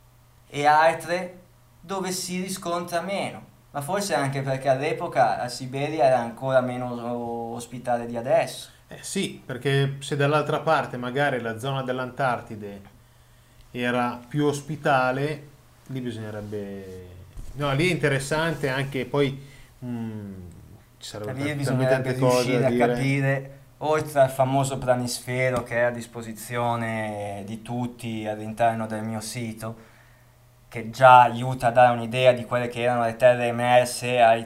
e altre dove si riscontra meno, ma forse anche perché all'epoca la Siberia era ancora meno ospitale di adesso. Eh, sì, perché se dall'altra parte magari la zona dell'Antartide era più ospitale, lì bisognerebbe... No, lì è interessante anche poi... mm, ci sarebbero Lì tal- bisognerebbe talmente tante cose riuscire da a dire. capire, oltre al famoso planisfero che è a disposizione di tutti all'interno del mio sito, che già aiuta a dare un'idea di quelle che erano le terre emerse ai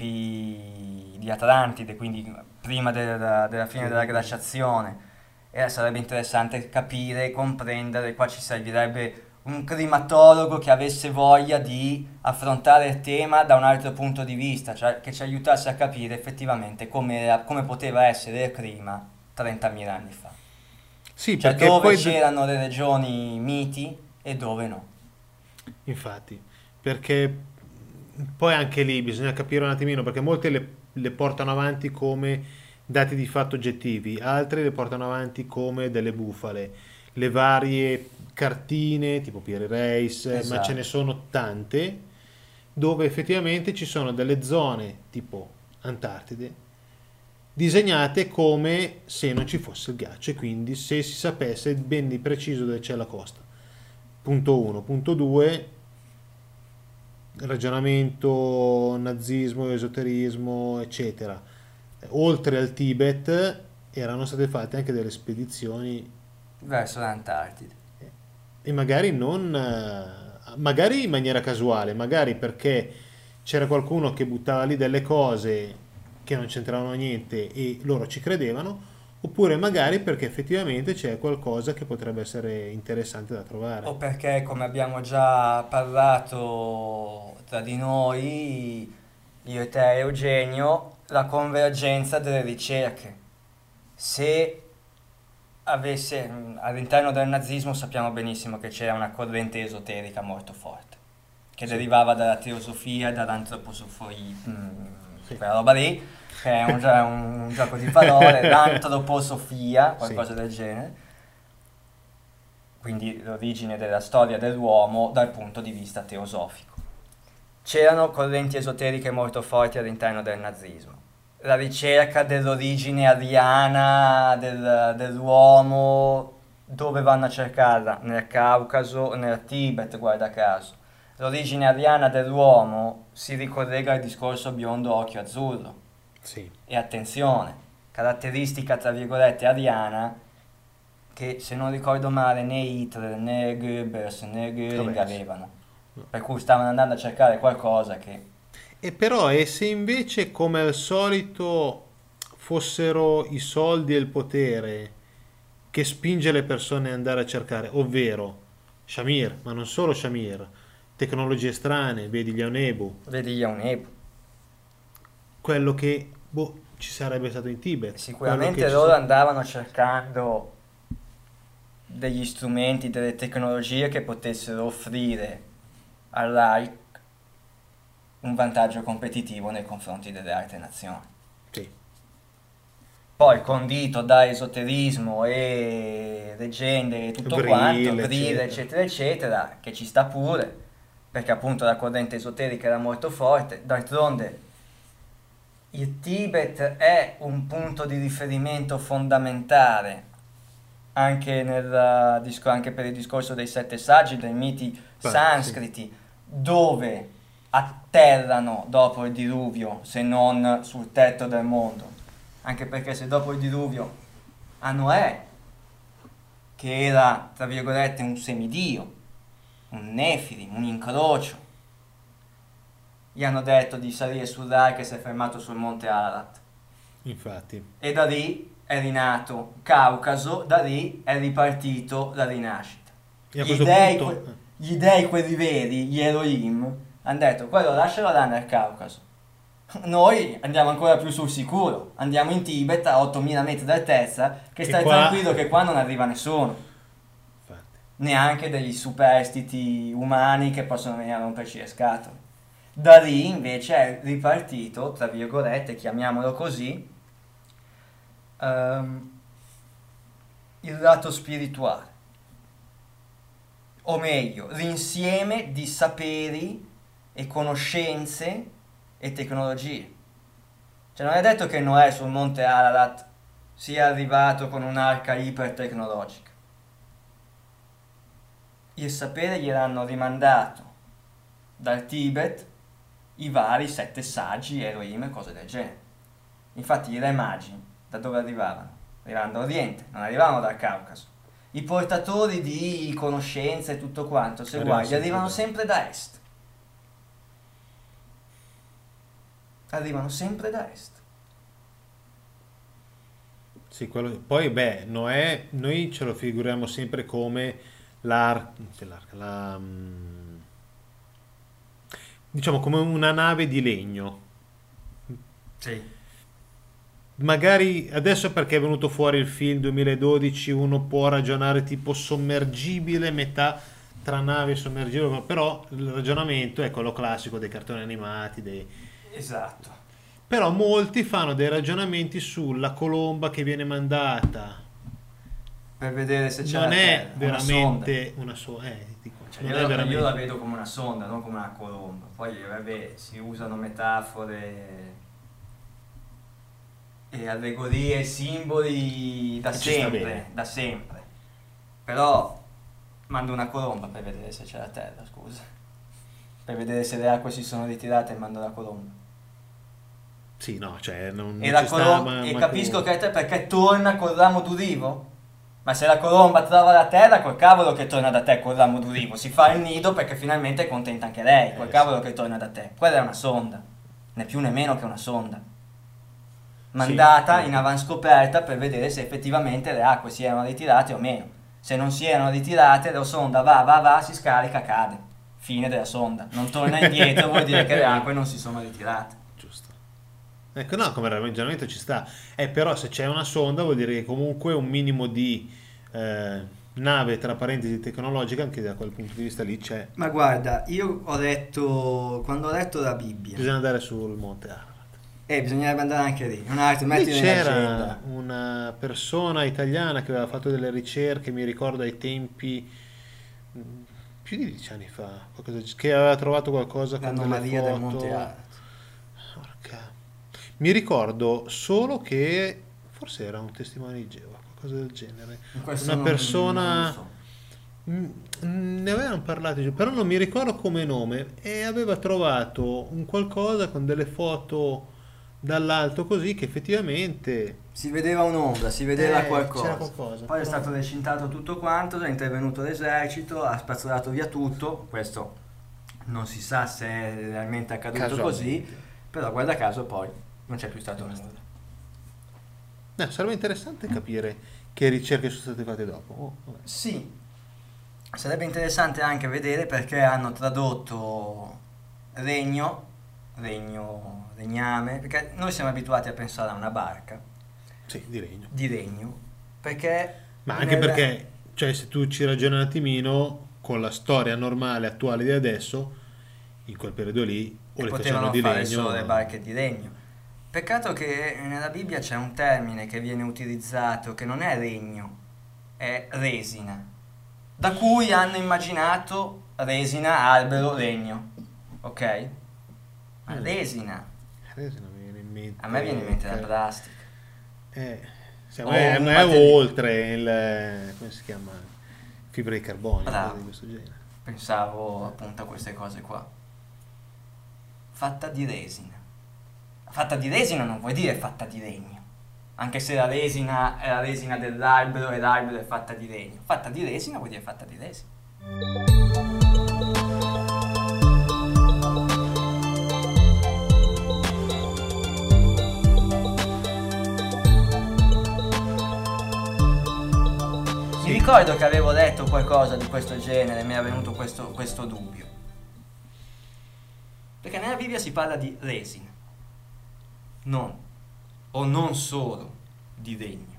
tempi di Atlantide, quindi prima del- della fine Sì. della glaciazione. E sarebbe interessante capire e comprendere, qua ci servirebbe un climatologo che avesse voglia di affrontare il tema da un altro punto di vista, cioè che ci aiutasse a capire effettivamente come, come poteva essere il clima trentamila anni fa. Sì, Cioè perché dove poi... c'erano le regioni miti e dove no. Infatti, perché poi anche lì bisogna capire un attimino, perché molte le, le portano avanti come dati di fatto oggettivi, altre le portano avanti come delle bufale. Le varie cartine, tipo Pierre Reis, ma Esatto. ce ne sono tante, dove effettivamente ci sono delle zone, tipo Antartide, disegnate come se non ci fosse il ghiaccio, e quindi se si sapesse ben di preciso dove c'è la costa. Punto uno. Punto due, ragionamento nazismo, esoterismo, eccetera. Oltre al Tibet erano state fatte anche delle spedizioni Verso l'Antartide. e magari non, eh, magari in maniera casuale, magari perché c'era qualcuno che buttava lì delle cose che non c'entravano niente e loro ci credevano, oppure magari perché effettivamente c'è qualcosa che potrebbe essere interessante da trovare. O perché, come abbiamo già parlato tra di noi, io e te, Eugenio, la convergenza delle ricerche. Se avesse, all'interno del nazismo sappiamo benissimo che c'era una corrente esoterica molto forte, che Sì. derivava dalla teosofia e dall'antroposofia, mm, Sì. quella roba lì, che è un, gio- un gioco di parole, l'antroposofia, qualcosa Sì. del genere, quindi l'origine della storia dell'uomo dal punto di vista teosofico. C'erano correnti esoteriche molto forti all'interno del nazismo. La ricerca dell'origine ariana del- dell'uomo, dove vanno a cercarla? Nel Caucaso, nel Tibet, guarda caso. L'origine ariana dell'uomo si ricollega al discorso biondo occhio azzurro. Sì. E attenzione, caratteristica tra virgolette ariana, che se non ricordo male né Hitler né Goebbels né Göring Vabbè, sì. avevano. Per cui stavano andando a cercare qualcosa che... E però, e se invece, come al solito, fossero i soldi e il potere che spinge le persone ad andare a cercare, ovvero Shamir, ma non solo Shamir, tecnologie strane, vedi gli Aonebu, Vedi un Ebu. quello che boh, ci sarebbe stato in Tibet, quello Sicuramente che ci loro sa- andavano cercando degli strumenti, delle tecnologie che potessero offrire al Reich un vantaggio competitivo nei confronti delle altre nazioni. Sì. Poi condito da esoterismo e leggende e tutto Vril, quanto, Vril, eccetera. eccetera, eccetera, che ci sta pure, perché appunto la corrente esoterica era molto forte. D'altronde il Tibet è un punto di riferimento fondamentale anche, nel, disco- anche per il discorso dei sette saggi, dei miti Beh, sanscriti, dove atterrano dopo il diluvio, se non sul tetto del mondo. Anche perché se dopo il diluvio a Noè, che era tra virgolette un semidio, un Nefilim, un incrocio. Gli hanno detto di salire sull'arca e si è fermato sul monte Ararat. Infatti. E da lì è rinato Caucaso, da lì è ripartito la rinascita. E a Gli questo dei, punto- que- gli dei, quelli veri, gli Elohim, hanno detto quello lascialo là nel Caucaso. Noi andiamo ancora più sul sicuro, andiamo in Tibet a ottomila metri d'altezza, che E stai qua- tranquillo che qua non arriva nessuno, Infatti. neanche degli superstiti umani che possono venire a romperci le scatole. Da lì invece è ripartito, tra virgolette, chiamiamolo così, ehm, il lato spirituale, o meglio, l'insieme di saperi e conoscenze e tecnologie. Cioè non è detto che Noè sul monte Ararat sia arrivato con un'arca ipertecnologica. Il sapere gliel'hanno rimandato dal Tibet i vari sette saggi, Elohim e cose del genere. Infatti i re magi da dove arrivavano? Arrivavano dall'Oriente, non arrivavano dal Caucaso. I portatori di conoscenze e tutto quanto, se Arrivano guardi, sempre arrivano da- sempre da est. Arrivano sempre da est. Sì, quello- poi beh, Noè, noi ce lo figuriamo sempre come l'ar- cioè l'arca, la, mm, diciamo come una nave di legno. Sì. Magari adesso perché è venuto fuori il film duemiladodici uno può ragionare tipo sommergibile, metà tra nave e sommergibile, però il ragionamento è quello classico dei cartoni animati, dei... Esatto. Però molti fanno dei ragionamenti sulla colomba che viene mandata. Per vedere se c'è Non la è terra, una sonda. veramente una sola, eh, dico, Cioè, non io, è la, veramente... io la vedo come una sonda, non come una colomba. Poi vabbè, si usano metafore e allegorie e simboli da E ci sta sempre, bene. da sempre. Però mando una colomba per vedere se c'è la terra, scusa. Per vedere se le acque si sono ritirate e mando la colomba. Sì, no, cioè non, E, non la ci sta, colomba, ma- e ma capisco come- che è perché torna col ramo d'ulivo. Ma se la colomba trova la terra, col cavolo che torna da te col ramo d'ulivo. Si fa il nido perché finalmente è contenta anche lei. Col Eh, cavolo che torna da te. Quella è una sonda. Né più né meno che una sonda. Mandata sì. in avanscoperta per vedere se effettivamente le acque si erano ritirate o meno. Se non si erano ritirate, la sonda va, va, va, si scarica, cade. Fine della sonda. Non torna indietro, vuol dire che le acque non si sono ritirate. Giusto. Ecco, no, come ragionamento ci sta. Eh, però se c'è una sonda vuol dire che comunque un minimo di eh, nave, tra parentesi, tecnologica, anche da quel punto di vista lì c'è. Ma guarda, io ho letto, quando ho letto la Bibbia, Bisogna andare sul monte Ararat. eh, bisognerebbe andare anche lì. Un attimo, Lì mettilo in c'era agenda. una persona italiana che aveva fatto delle ricerche, mi ricordo ai tempi, mh, più di dieci anni fa, qualcosa di- che aveva trovato qualcosa con delle L'anomalia del foto. Monte Ararat. Porca. Mi ricordo solo che forse era un testimone di Geova, qualcosa del genere. Questo Una non- persona... non lo so. Mm, mm, ne avevano parlato, però non mi ricordo come nome, e aveva trovato un qualcosa con delle foto dall'alto così che effettivamente Si vedeva un'ombra, si vedeva Eh, qualcosa. c'era qualcosa, Poi è però- stato recintato tutto quanto, è intervenuto l'esercito, ha spazzolato via tutto. Questo non si sa se è realmente accaduto Casualmente. così, però guarda caso poi non c'è più stato nulla. no, sarebbe interessante capire che ricerche sono state fatte dopo. Oh, vabbè. Sì, sarebbe interessante anche vedere perché hanno tradotto regno, regno, regname, perché noi siamo abituati a pensare a una barca Sì, di legno. di regno, perché... Ma anche nel- perché, cioè, se tu ci ragioni un attimino, con la storia normale attuale di adesso, in quel periodo lì, o le potevano facevano di fare legno, solo le barche di legno. Peccato che nella Bibbia c'è un termine che viene utilizzato che non è regno, è resina, da cui hanno immaginato resina, albero, legno, ok? Ma Mm. resina, Adesso non mi viene in mente. a me viene in mente la plastica. Eh, sì, O ma è, un ma è materia- oltre il, come si chiama? Fibra di carbonio, Bravo. cose di questo genere. Pensavo appunto a queste cose qua. Fatta di resina. Fatta di resina non vuol dire fatta di legno. Anche se la resina è la resina dell'albero e l'albero è fatta di legno. Fatta di resina vuol dire fatta di resina. Mi ricordo che avevo letto qualcosa di questo genere, mi era venuto questo, questo dubbio. Perché nella Bibbia si parla di resina, non, o non solo di legno.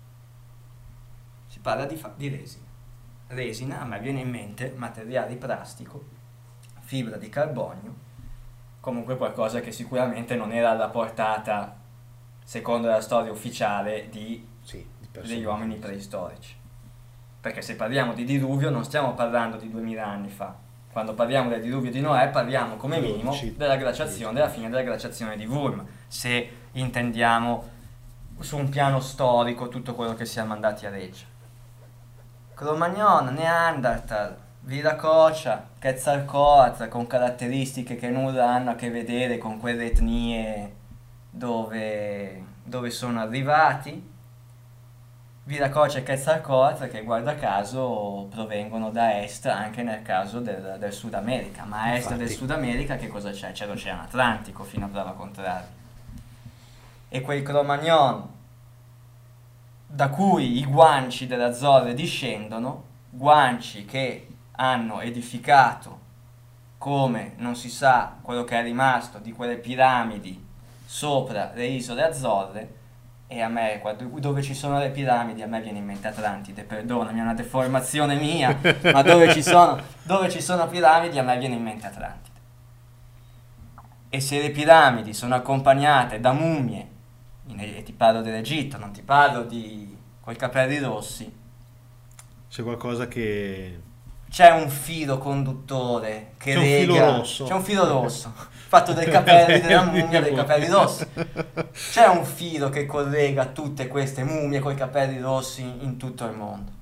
Si parla di, fa- di resina. Resina, a me viene in mente materiale di plastico, fibra di carbonio, comunque qualcosa che sicuramente non era alla portata, secondo la storia ufficiale, di, Sì, di degli uomini preistorici. Perché se parliamo di diluvio non stiamo parlando di duemila anni fa. Quando parliamo del diluvio di Noè parliamo come minimo della glaciazione, della fine della glaciazione di Wurm, se intendiamo su un piano storico tutto quello che siamo andati a leggere. Cro-Magnon, Neanderthal, Viracocha, Quetzalcoatl, con caratteristiche che nulla hanno a che vedere con quelle etnie dove, dove sono arrivati. Viracocha e Quetzalcoatl, che guarda caso provengono da est anche nel caso del, del Sud America, ma a est Infatti. del Sud America che cosa c'è? C'è l'Oceano Atlantico fino a prova contraria. E quei Cro-Magnon da cui i guanci delle Azzorre discendono, guanci che hanno edificato, come non si sa quello che è rimasto di quelle piramidi sopra le isole Azzorre. E a me, quando- dove ci sono le piramidi, a me viene in mente Atlantide, perdonami, è una deformazione mia, ma dove ci sono, dove ci sono piramidi, a me viene in mente Atlantide. E se le piramidi sono accompagnate da mummie, in- e ti parlo dell'Egitto, non ti parlo di coi capelli rossi, C'è qualcosa che... c'è un filo conduttore che C'è un lega, filo rosso. c'è un filo rosso, fatto dai capelli della mummia e dai capelli rossi. C'è un filo che collega tutte queste mummie coi capelli rossi in tutto il mondo.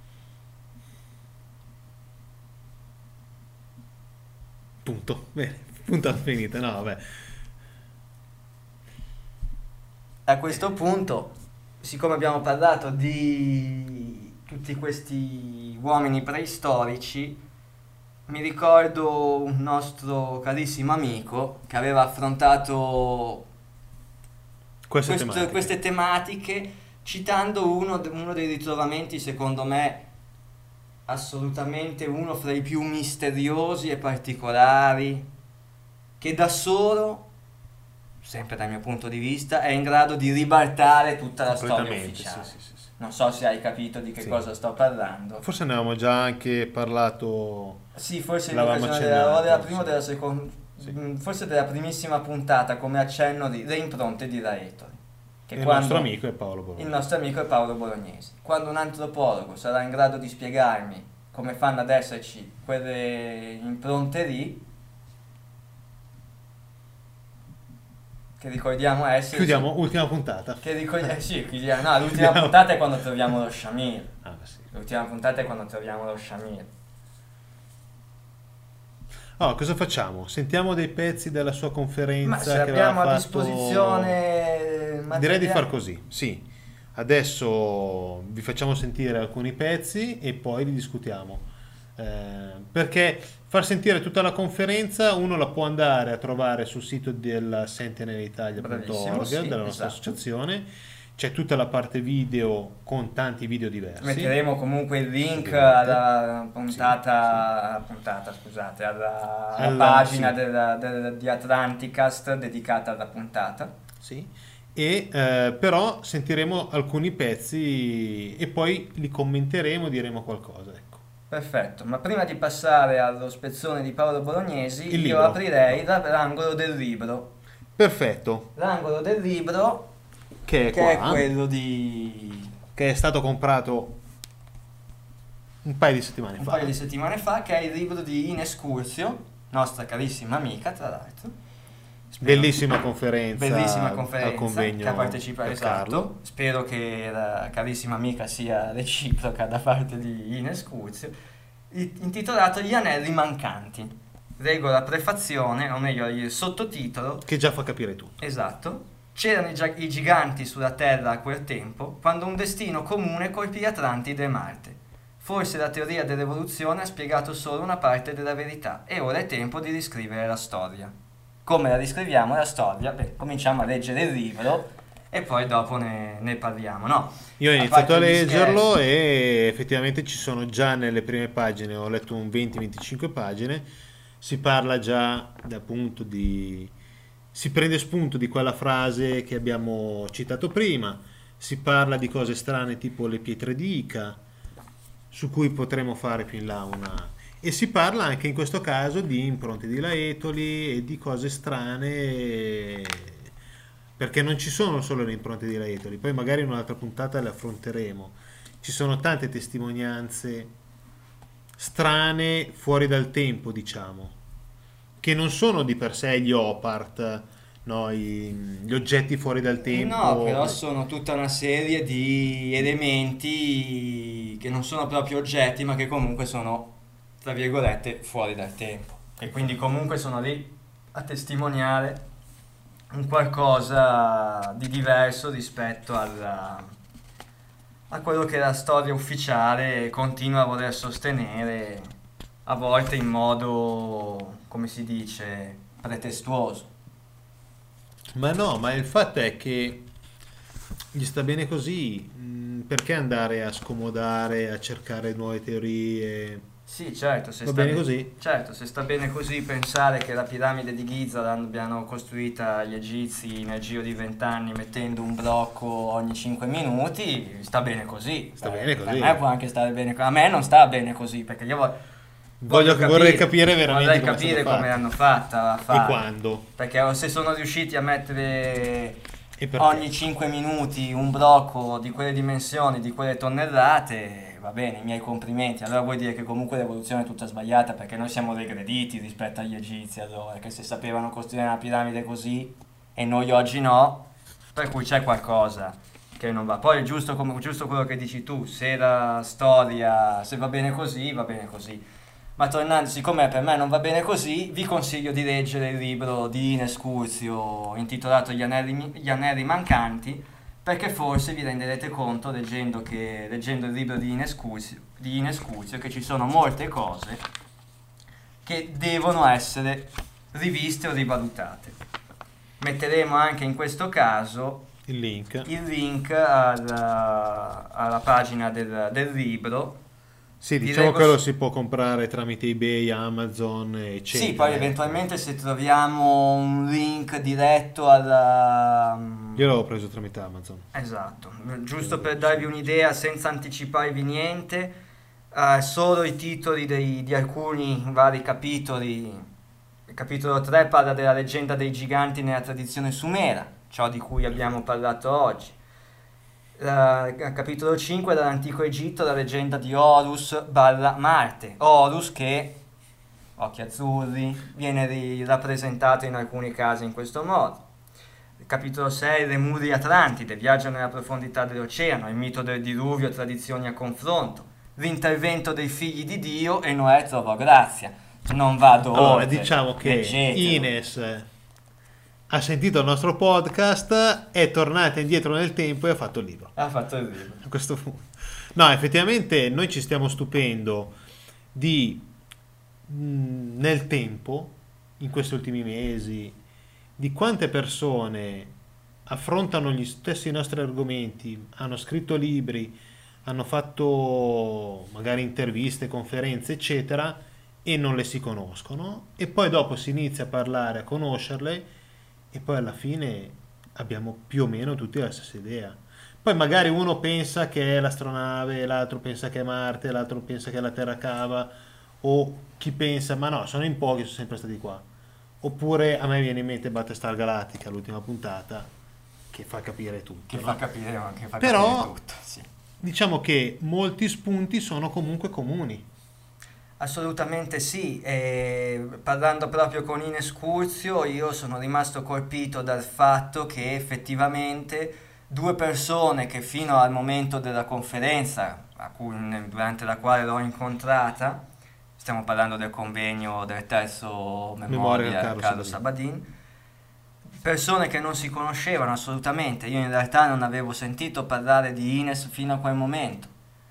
Punto. Bene, punto finita. No, vabbè. A questo punto, siccome abbiamo parlato di tutti questi uomini preistorici, mi ricordo un nostro carissimo amico che aveva affrontato Queste Queste, tematiche. queste tematiche citando uno, de- uno dei ritrovamenti, secondo me, assolutamente uno fra i più misteriosi e particolari, che da solo, sempre dal mio punto di vista, è in grado di ribaltare tutta la storia Completamente, ufficiale. sì, sì, sì, sì. Non so se hai capito di che Sì. cosa sto parlando. Forse ne avevamo già anche parlato. Sì, forse in L'avevamo occasione della, o accennato, della prima o sì. della seconda, Sì. mh, forse della primissima puntata, come accenno di le impronte di Raetoli. Che E il quando- nostro amico è Paolo Bologna. Il nostro amico è Paolo Bolognesi. Quando un antropologo sarà in grado di spiegarmi come fanno ad esserci quelle impronte lì, che ricordiamo esserci... Chiudiamo, ultima puntata. Che ricordi- eh sì, chiudiamo. No, l'ultima Chiudiamo. puntata è quando troviamo lo Shamir. Ah, beh, sì. L'ultima puntata è quando troviamo lo Shamir. Oh, cosa facciamo? Sentiamo dei pezzi della sua conferenza Ma se che abbiamo aveva a fatto- disposizione... Direi di materiale- far così, sì. Adesso vi facciamo sentire alcuni pezzi e poi li discutiamo. Eh, perché far sentire tutta la conferenza uno la può andare a trovare sul sito del sentinel italia punto org, Bravissimo, sì, della nostra esatto. associazione. C'è tutta la parte video con tanti video diversi. Metteremo comunque il link Sicuramente. alla puntata, alla puntata scusate, alla, alla Alla- pagina sì. della- del- di Atlanticast dedicata alla puntata. Sì. E eh, però sentiremo alcuni pezzi e poi li commenteremo e diremo qualcosa. Ecco. Perfetto, ma prima di passare allo spezzone di Paolo Bolognesi, Il io libro. aprirei la- l'angolo del libro. Perfetto. L'angolo del libro Che è, che qua, è quello di che è stato comprato un paio di settimane un fa. paio di settimane fa, che è il libro di Ines Curzio, nostra carissima amica, tra l'altro. Spero- Bellissima conferenza, Bellissima conferenza al convegno che ha partecipato, per esatto. Carlo. Spero che la carissima amica sia reciproca da parte di Ines Curzio, i- intitolato Gli anelli mancanti. Leggo la prefazione, o meglio il sottotitolo. Che già fa capire tutto. Esatto. C'erano i, gia- i giganti sulla Terra a quel tempo, quando un destino comune colpì Atlantide e Marte. Forse la teoria dell'evoluzione ha spiegato solo una parte della verità e ora è tempo di riscrivere la storia. Come la riscriviamo la storia? Beh, cominciamo a leggere il libro e poi dopo ne, ne parliamo, no? Io ho A iniziato a parte gli leggerlo scherzi. e effettivamente ci sono già nelle prime pagine, ho letto un venti venticinque pagine, si parla già appunto di... si prende spunto di quella frase che abbiamo citato prima, si parla di cose strane tipo le pietre di Ica, su cui potremo fare più in là una... E si parla anche in questo caso di impronte di Laetoli e di cose strane, perché non ci sono solo le impronte di Laetoli, poi magari in un'altra puntata le affronteremo. Ci sono tante testimonianze strane fuori dal tempo, diciamo, che non sono di per sé gli opart, no, i- gli oggetti fuori dal No, però tempo. sono tutta una serie di elementi che non sono proprio oggetti, ma che comunque sono, tra virgolette, fuori dal tempo. E quindi comunque sono lì a testimoniare un qualcosa di diverso rispetto alla- a quello che la storia ufficiale continua a voler sostenere, a volte in modo, come si dice, pretestuoso. Ma no, ma il fatto è che gli sta bene così, mh, perché andare a scomodare, a cercare nuove teorie? Sì, certo, se Va sta bene be- così? certo, se sta bene così pensare che la piramide di Giza l'abbiano costruita gli egizi nel giro di vent'anni mettendo un blocco ogni cinque minuti, sta bene così. Sta Eh, bene per così. me può anche stare bene così. A me non sta bene così, perché io vo- Voglio, voglio vorrei capire, capire veramente vorrei come è capire stato come fatto l'hanno fatta a e fare. quando Perché se sono riusciti a mettere e perché. ogni cinque minuti un blocco di quelle dimensioni, di quelle tonnellate, va bene, i miei complimenti. Allora vuol dire che comunque l'evoluzione è tutta sbagliata, perché noi siamo regrediti rispetto agli egizi, allora, che se sapevano costruire una piramide così e noi oggi no, per cui c'è qualcosa che non va. Poi è giusto, come, giusto quello che dici tu, se la storia, se va bene così, va bene così. Ma tornando, siccome per me non va bene così, vi consiglio di leggere il libro di Ines Curzio intitolato Gli anelli, gli anelli mancanti, perché forse vi renderete conto leggendo, che, leggendo il libro di Ines Curzio, di Ines Curzio che ci sono molte cose che devono essere riviste o rivalutate. Metteremo anche in questo caso Il link. il link alla, alla pagina del, del libro. Sì, Vi diciamo leggo che lo su- si può comprare tramite eBay, Amazon, eccetera. Sì, poi eh. eventualmente se troviamo un link diretto alla... Io l'avevo preso tramite Amazon. Esatto, giusto per darvi un'idea senza anticiparvi niente, eh, solo i titoli dei- di alcuni vari capitoli. Il capitolo tre parla della leggenda dei giganti nella tradizione sumera, ciò di cui abbiamo parlato oggi. La- capitolo cinque dall'antico Egitto, la leggenda di Horus barra Marte. Horus che, occhi azzurri, viene ri- rappresentato in alcuni casi in questo modo. Capitolo sei, le Muri Atlantide, viaggio nella profondità dell'oceano, il mito del diluvio, tradizioni a confronto, l'intervento dei figli di Dio e Noè trovò grazia. Non vado Allora, oltre, diciamo che leggetelo. Ines ha sentito il nostro podcast, è tornata indietro nel tempo e ha fatto il libro. Ha fatto il libro. A questo punto. No, effettivamente noi ci stiamo stupendo di mh, nel tempo, in questi ultimi mesi, di quante persone affrontano gli stessi nostri argomenti, hanno scritto libri, hanno fatto magari interviste, conferenze, eccetera, e non le si conoscono, e poi dopo si inizia a parlare, a conoscerle, e poi alla fine abbiamo più o meno tutti la stessa idea. Poi magari uno pensa che è l'astronave, l'altro pensa che è Marte, l'altro pensa che è la Terra cava, o chi pensa, ma no, sono in pochi, sono sempre stati qua. Oppure a me viene in mente Battlestar Galactica, l'ultima puntata, che fa capire tutto. Che no? fa capire, che fa Però- capire tutto, sì. Diciamo che molti spunti sono comunque comuni. Assolutamente sì, e parlando proprio con Ines Curzio, io sono rimasto colpito dal fatto che effettivamente due persone che fino al momento della conferenza, a cui- durante la quale l'ho incontrata, stiamo parlando del convegno del terzo Memoria Memoria Carlo Carlo Sabadin, persone che non si conoscevano assolutamente, io in realtà non avevo sentito parlare di Ines fino a quel momento.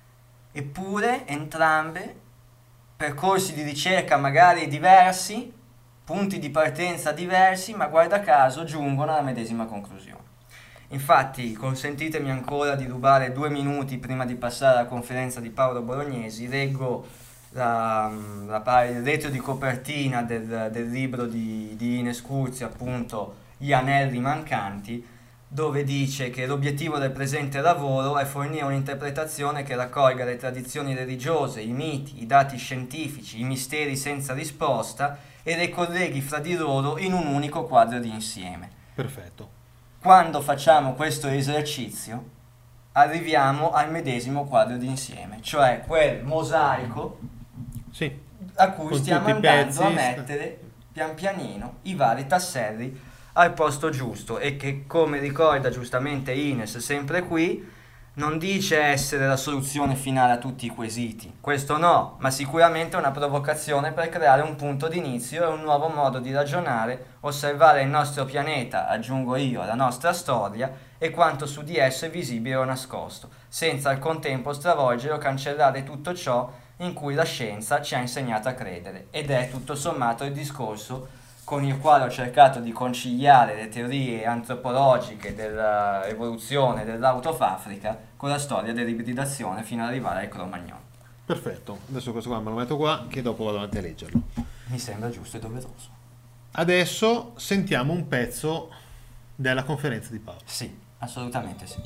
eppure entrambe percorsi di ricerca magari diversi, punti di partenza diversi, ma guarda caso giungono alla medesima conclusione. Infatti, consentitemi ancora di rubare due minuti prima di passare alla conferenza di Paolo Bolognesi, leggo la, la, il retro di copertina del, del libro di, di Ines Curzi, appunto Gli anelli mancanti, dove dice che l'obiettivo del presente lavoro è fornire un'interpretazione che raccolga le tradizioni religiose, i miti, i dati scientifici, i misteri senza risposta e le colleghi fra di loro in un unico quadro di insieme. Perfetto. Quando facciamo questo esercizio arriviamo al medesimo quadro di insieme, cioè quel mosaico sì, a cui con stiamo tutti i andando pezzi, a mettere pian pianino i vari tasselli al posto giusto, e che, come ricorda giustamente Ines sempre qui, non dice essere la soluzione finale a tutti i quesiti, questo no, ma sicuramente una provocazione per creare un punto di inizio e un nuovo modo di ragionare, osservare il nostro pianeta, aggiungo io, la nostra storia e quanto su di esso è visibile o nascosto, senza al contempo stravolgere o cancellare tutto ciò in cui la scienza ci ha insegnato a credere, ed è tutto sommato il discorso con il quale ho cercato di conciliare le teorie antropologiche dell'evoluzione dell'autofafrica con la storia dell'ibridazione fino ad arrivare al Cro-Magnon. Perfetto, adesso questo qua me lo metto qua che dopo vado avanti a leggerlo. Mi sembra giusto e doveroso. Adesso sentiamo un pezzo della conferenza di Paolo. Sì, assolutamente sì.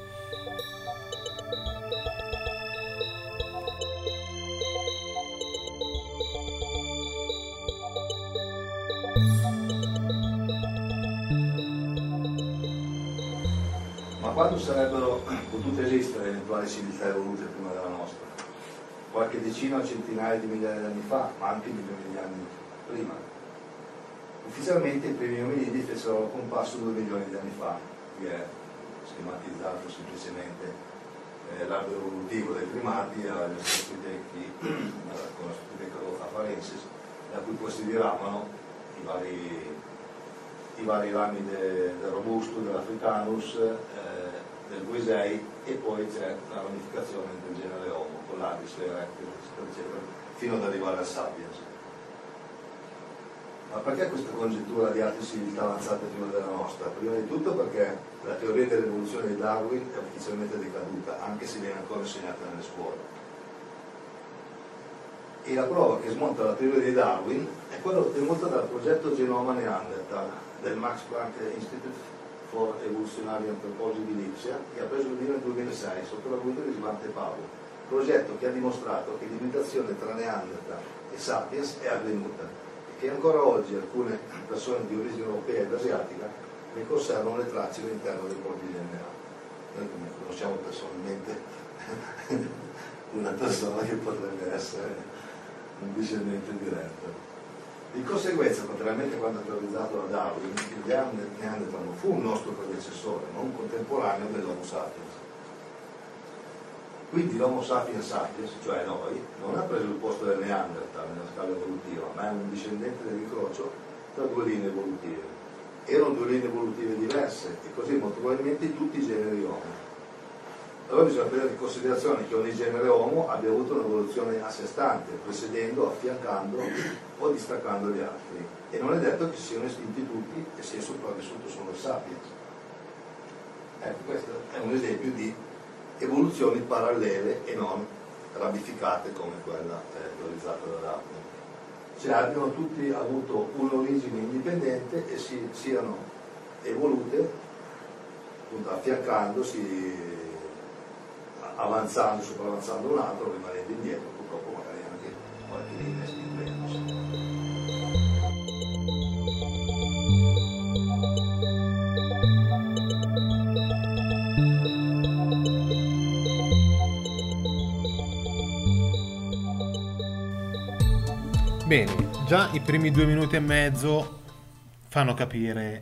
Ma quando sarebbero potute esistere eventuali civiltà evolute prima della nostra? Qualche decina o centinaia di migliaia di anni fa, ma anche milioni di anni prima. Ufficialmente i primi ominidi fecero il comparso due milioni di anni fa, che è schematizzato semplicemente eh, l'albero evolutivo dei primati agli Australopitechi, con l'Australopithecus afarensis, da cui poi si diramano i vari i vari rami de, del robusto, dell'africanus, eh, del guisei, e poi c'è la ramificazione del genere Homo, con l'Adis, l'Erectus, eccetera, eccetera, fino ad arrivare al Sapiens. Ma perché questa congettura di altre civiltà avanzate prima della nostra? Prima di tutto perché la teoria dell'evoluzione di Darwin è ufficialmente decaduta, anche se viene ancora insegnata nelle scuole. E la prova che smonta la teoria di Darwin è quella ottenuta dal progetto Genoma Neanderthal del Max Planck Institute for Evolutionary Anthropology di Lipsia, che ha preso il via nel duemilasei sotto la guida di Svante Paolo, progetto che ha dimostrato che l'ibridazione tra Neanderthal e Sapiens è avvenuta e che ancora oggi alcune persone di origine europea ed asiatica ne conservano le tracce all'interno del proprio D N A. Noi ne conosciamo personalmente una persona che potrebbe essere un discendente diretto. Di conseguenza, contrariamente a quanto teorizzato da Darwin, il Neanderthal non fu un nostro predecessore, ma un contemporaneo dell'Homo sapiens. Quindi l'Homo sapiens sapiens, cioè noi, non ha preso il posto del Neanderthal nella scala evolutiva, ma è un discendente dell'incrocio tra due linee evolutive. Erano due linee evolutive diverse e così molto probabilmente tutti i generi Homo. Allora bisogna prendere in considerazione che ogni genere Homo abbia avuto un'evoluzione a sé stante, precedendo, affiancando o distaccando gli altri. E non è detto che siano estinti tutti e sia sopravvissuto solo il Sapiens. Ecco, questo è un esempio di evoluzioni parallele e non ramificate come quella eh, teorizzata da Darwin. Cioè abbiano tutti avuto un'origine indipendente e si, siano evolute appunto, affiancandosi, avanzando, sopravanzando un altro, rimanendo indietro, purtroppo magari anche qualche linea estinguendosi. Bene, già i primi due minuti e mezzo fanno capire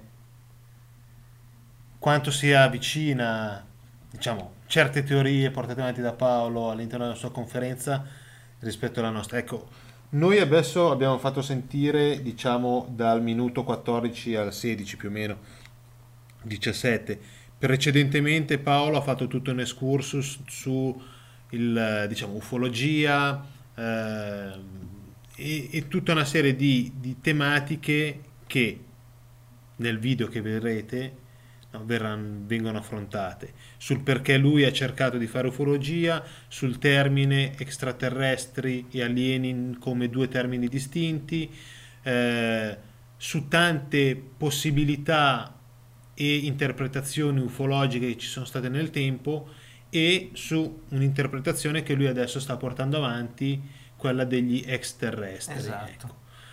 quanto sia vicina, diciamo, certe teorie portate avanti da Paolo all'interno della sua conferenza rispetto alla nostra. Ecco, noi adesso abbiamo fatto sentire, diciamo, dal minuto quattordici al sedici più o meno, diciassette. Precedentemente Paolo ha fatto tutto un excursus su il, diciamo, ufologia, eh, e, e tutta una serie di, di tematiche che nel video che vedrete, no, verranno, vengono affrontate, sul perché lui ha cercato di fare ufologia, sul termine extraterrestri e alieni come due termini distinti, eh, su tante possibilità e interpretazioni ufologiche che ci sono state nel tempo, e su un'interpretazione che lui adesso sta portando avanti, quella degli extraterrestri. Esatto. Ecco.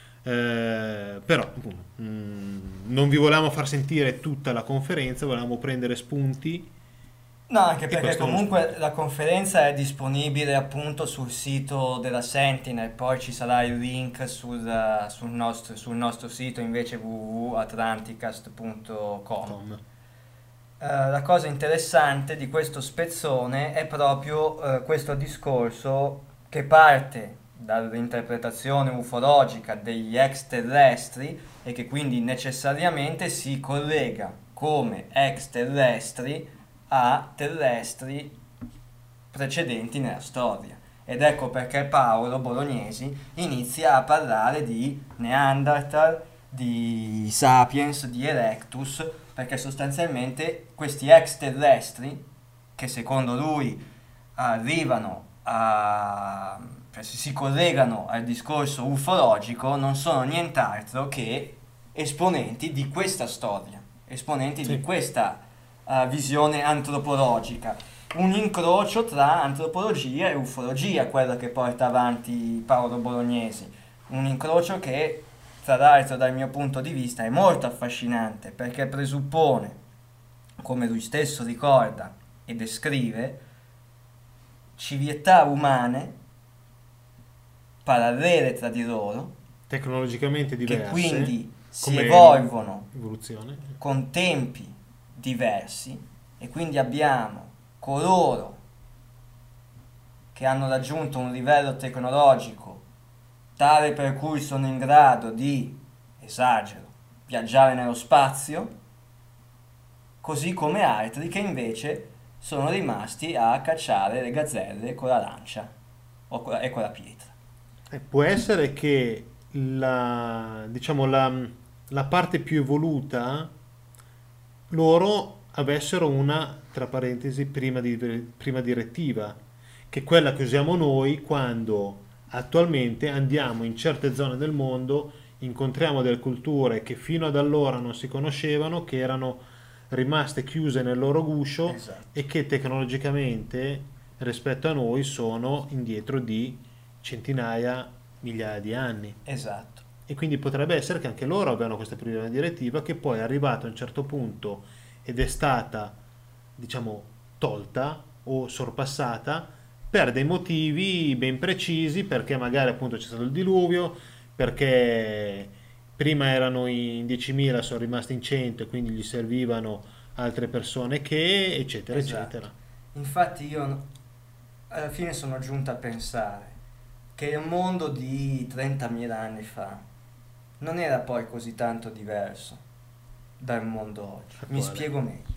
Eh, però appunto, mh, non vi volevamo far sentire tutta la conferenza, volevamo prendere spunti. No, anche E perché questo è uno comunque spunto. la conferenza è disponibile appunto sul sito della Sentinel, poi ci sarà il link sul, sul nostro, sul nostro sito invece w w w punto atlanticast punto com. Com. Eh, la cosa interessante di questo spezzone è proprio eh, questo discorso che parte dall'interpretazione ufologica degli extraterrestri e che quindi necessariamente si collega come extraterrestri a terrestri precedenti nella storia. Ed ecco perché Paolo Bolognesi inizia a parlare di Neanderthal, di Sapiens, di Erectus, perché sostanzialmente questi extraterrestri, che secondo lui arrivano a... cioè si collegano al discorso ufologico, non sono nient'altro che esponenti di questa storia, esponenti Sì. di questa uh, visione antropologica, un incrocio tra antropologia e ufologia, quello che porta avanti Paolo Bolognesi, un incrocio che tra l'altro dal mio punto di vista è molto affascinante perché presuppone, come lui stesso ricorda e descrive, civiltà umane parallele tra di loro, Tecnologicamente diverse, che quindi si come evolvono evoluzione. con tempi diversi, e quindi abbiamo coloro che hanno raggiunto un livello tecnologico tale per cui sono in grado di, esagero, viaggiare nello spazio, così come altri che invece sono rimasti a cacciare le gazzelle con la lancia o con la, e con la pietra. Eh, può essere che la, diciamo, la, la parte più evoluta, loro avessero una, tra parentesi, prima, di, prima direttiva, che è quella che usiamo noi quando attualmente andiamo in certe zone del mondo, incontriamo delle culture che fino ad allora non si conoscevano, che erano rimaste chiuse nel loro guscio, Esatto. e che tecnologicamente rispetto a noi sono indietro di centinaia, migliaia di anni. Esatto. E quindi potrebbe essere che anche loro abbiano questa prima direttiva, che poi è arrivata a un certo punto ed è stata, diciamo, tolta o sorpassata per dei motivi ben precisi, perché magari appunto c'è stato il diluvio, perché prima erano in diecimila, sono rimasti in cento e quindi gli servivano altre persone che, eccetera, Esatto. eccetera. Infatti io alla fine sono giunto a pensare che il mondo di trentamila anni fa non era poi così tanto diverso dal mondo oggi. Mi Attuale. spiego meglio.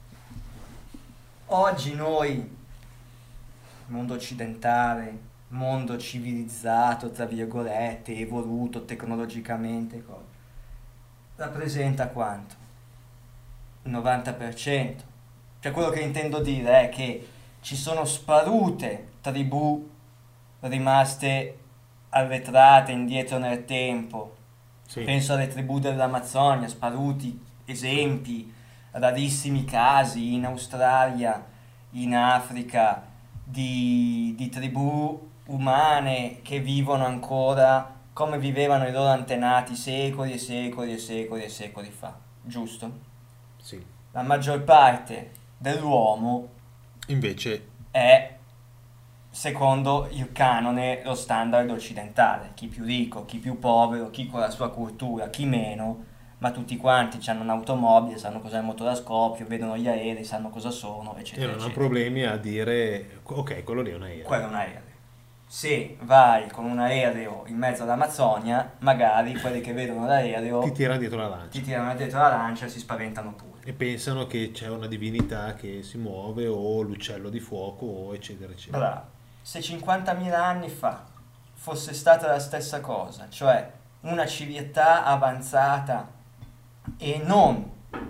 Oggi noi, mondo occidentale, mondo civilizzato, tra virgolette, evoluto tecnologicamente, co- rappresenta quanto? Il novanta per cento. Cioè quello che intendo dire è che ci sono sparute tribù rimaste arretrate indietro nel tempo. Sì. Penso alle tribù dell'Amazzonia, sparuti esempi, rarissimi casi in Australia, in Africa, di, di tribù umane che vivono ancora come vivevano i loro antenati secoli e secoli e secoli e secoli fa, giusto? Sì. La maggior parte dell'uomo Invece è, secondo il canone, lo standard occidentale, chi più ricco, chi più povero, chi con la sua cultura, chi meno, ma tutti quanti hanno un'automobile, sanno cos'è il motore a scoppio, vedono gli aerei, sanno cosa sono, e eccetera, non hanno eccetera. problemi a dire ok, quello lì è un aereo. Quello è un aereo. se vai con un aereo in mezzo all'Amazzonia, magari quelli che vedono l'aereo Ti tira dietro la lancia. ti tirano dietro la lancia e si spaventano pure. E pensano che c'è una divinità che si muove, o l'uccello di fuoco, o eccetera eccetera. Bravo. Se cinquantamila anni fa fosse stata la stessa cosa, cioè una civiltà avanzata e non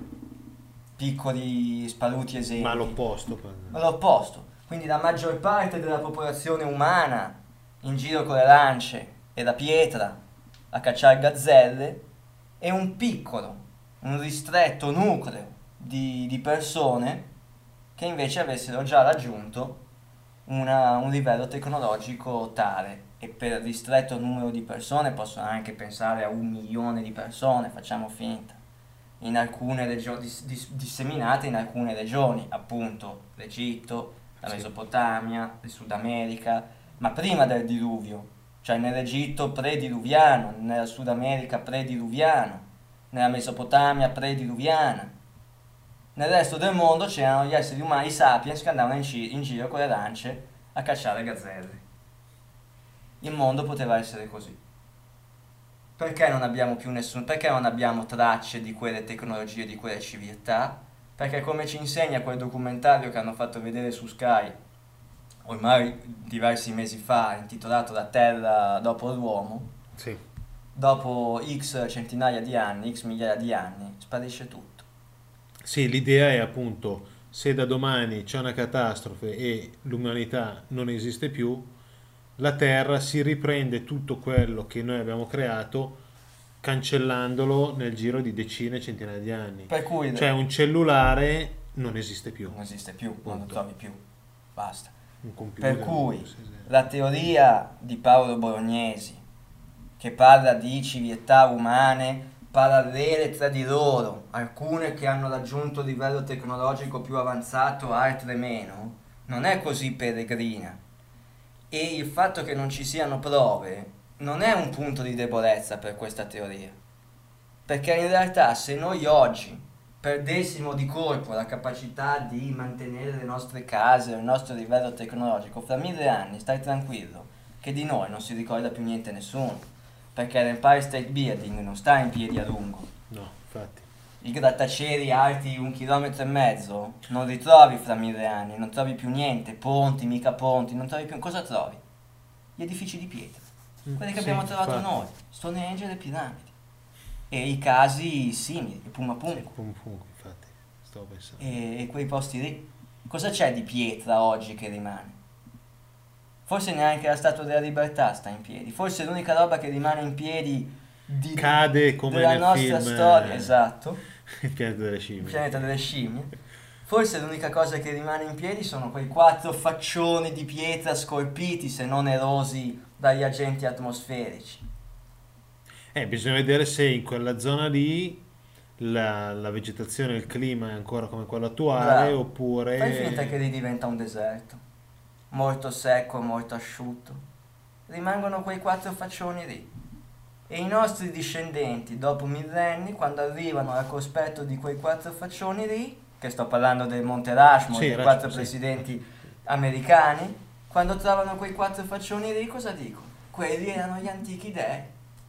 piccoli sparuti esempi, Ma l'opposto. ma l'opposto, quindi la maggior parte della popolazione umana in giro con le lance e la pietra a cacciare gazzelle, e un piccolo, un ristretto nucleo di, di persone che invece avessero già raggiunto una, un livello tecnologico tale. E per ristretto numero di persone possono anche pensare a un milione di persone, facciamo finta, in alcune regioni, dis, dis, disseminate in alcune regioni, appunto l'Egitto, la Sì. Mesopotamia, il Sud America, ma prima del diluvio, cioè nell'Egitto prediluviano, nella Sud America prediluviano, nella Mesopotamia prediluviana. Nel resto del mondo c'erano gli esseri umani, i sapiens, che andavano in, ci- in giro con le lance a cacciare gazzelle. Il mondo poteva essere così. Perché non abbiamo più nessun, perché non abbiamo tracce di quelle tecnologie, di quelle civiltà? Perché, come ci insegna quel documentario che hanno fatto vedere su Sky ormai diversi mesi fa, intitolato La Terra dopo l'uomo, Sì. dopo X centinaia di anni, X migliaia di anni, sparisce tutto. Sì, l'idea è appunto, se da domani c'è una catastrofe e l'umanità non esiste più, la Terra si riprende tutto quello che noi abbiamo creato, cancellandolo nel giro di decine, centinaia di anni. Per cui Cioè un cellulare non esiste più, non esiste più, non lo Punto. trovi più, basta. un computer. Per cui sì, sì. la teoria di Paolo Bolognesi, che parla di civiltà umane parallele tra di loro, alcune che hanno raggiunto un livello tecnologico più avanzato, altre meno, non è così peregrina. E il fatto che non ci siano prove non è un punto di debolezza per questa teoria. Perché in realtà se noi oggi perdessimo di colpo la capacità di mantenere le nostre case, il nostro livello tecnologico, fra mille anni stai tranquillo che di noi non si ricorda più niente nessuno, perché l'Empire State Building non sta in piedi a lungo. No, infatti. I grattacieli alti un chilometro e mezzo non li trovi fra mille anni, non trovi più niente, ponti, mica ponti, non trovi più... Cosa trovi? Gli edifici di pietra, quelli che Sì, abbiamo trovato infatti. noi, Stonehenge e le piramidi. E i casi simili, il Puma Punku. Pum, pum, infatti, stavo pensando. E, e quei posti lì. Cosa c'è di pietra oggi che rimane? Forse neanche la Statua della Libertà sta in piedi. Forse l'unica roba che rimane in piedi di, Cade come della nel nostra film, storia, eh, esatto, Il pianeta delle il scimmie. pianeta delle scimmie. Forse l'unica cosa che rimane in piedi sono quei quattro faccioni di pietra scolpiti, se non erosi dagli agenti atmosferici. Eh, bisogna vedere se in quella zona lì la, la vegetazione, il clima è ancora come quello attuale, Bravo. oppure... Fai finta che lì diventa un deserto, molto secco, molto asciutto. Rimangono quei quattro faccioni lì. E i nostri discendenti, dopo millenni, quando arrivano al cospetto di quei quattro faccioni lì, che sto parlando del Monte Rushmore, Sì, dei Rushmore, quattro sì. presidenti americani, quando trovano quei quattro faccioni lì, cosa dicono? Quelli erano gli antichi dei.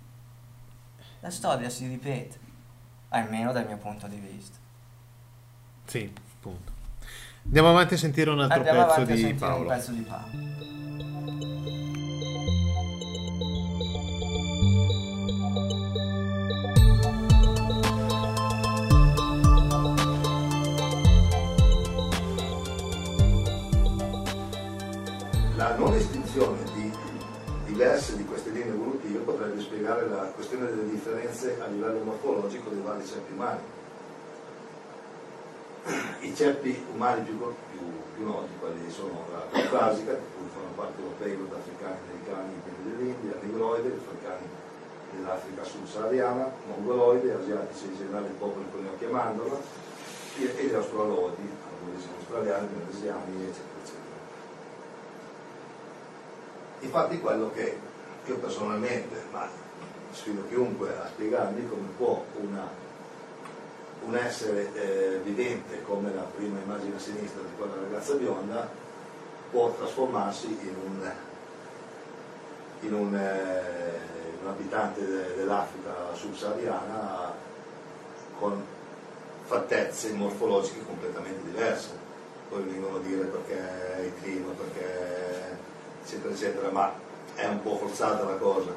La storia si ripete, almeno dal mio punto di vista. Sì, appunto. Andiamo avanti a sentire un altro Andiamo pezzo avanti a di sentire Paolo. un pezzo di Paolo. La non estinzione di diverse di queste linee evolutive potrebbe spiegare la questione delle differenze a livello morfologico dei vari ceppi umani. I ceppi umani più, più, più noti, quelli sono la caucasica, di cui fanno parte europei, africani, americani, quelli dell'India, negroide, gli africani dell'Africa subsahariana, mongoloide, asiatici in generale, il popolo con occhi a mandorla, e gli australodi, australiani, indonesiani, eccetera, eccetera. Infatti quello che io personalmente, ma sfido chiunque a spiegarmi come può una, un essere eh, vivente come la prima immagine a sinistra di quella ragazza bionda può trasformarsi in un, in un, eh, un abitante de, dell'Africa subsahariana con fattezze morfologiche completamente diverse. Poi vengono a dire perché è il clima, perché eccetera eccetera, ma è un po' forzata la cosa.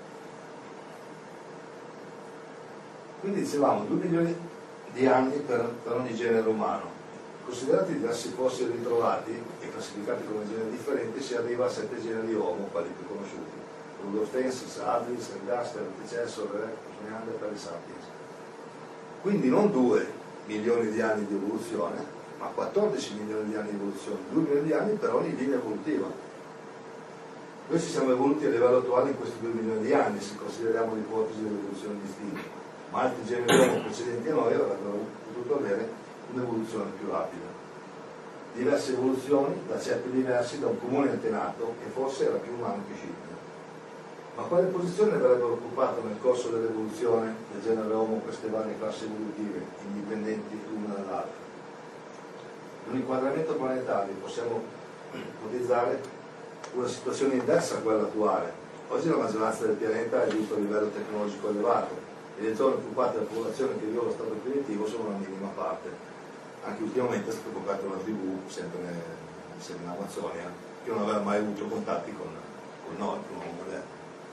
Quindi dicevamo due milioni di anni per, per ogni genere umano. Considerati i diversi fossili ritrovati e classificati come generi differenti, si arriva a sette generi Homo, quali più conosciuti: Rudolfensis, Adris, Ergaster, Anticesso, Erectus, Neanderthal e Sapiens. Quindi non due milioni di anni di evoluzione, ma quattordici milioni di anni di evoluzione, due milioni di anni per ogni linea evolutiva. Noi ci siamo evoluti a livello attuale in questi due milioni di anni, se consideriamo l'ipotesi dell'evoluzione distinta, ma altri generi Homo precedenti a noi avrebbero potuto avere un'evoluzione più rapida. Diverse evoluzioni da ceppi diversi, da un comune antenato che forse era più umano che scimmia. Ma quale posizione avrebbero occupato nel corso dell'evoluzione del genere Homo queste varie classi evolutive, indipendenti l'una dall'altra? In un inquadramento planetario possiamo ipotizzare una situazione inversa a quella attuale. Oggi la maggioranza del pianeta è giunto a un livello tecnologico elevato e le zone occupate dalla popolazione che vive allo stato primitivo sono una minima parte. Anche ultimamente è stata scoperta una tribù, sempre in Amazzonia, che non aveva mai avuto contatti con, con noi, con l'uomo moderno.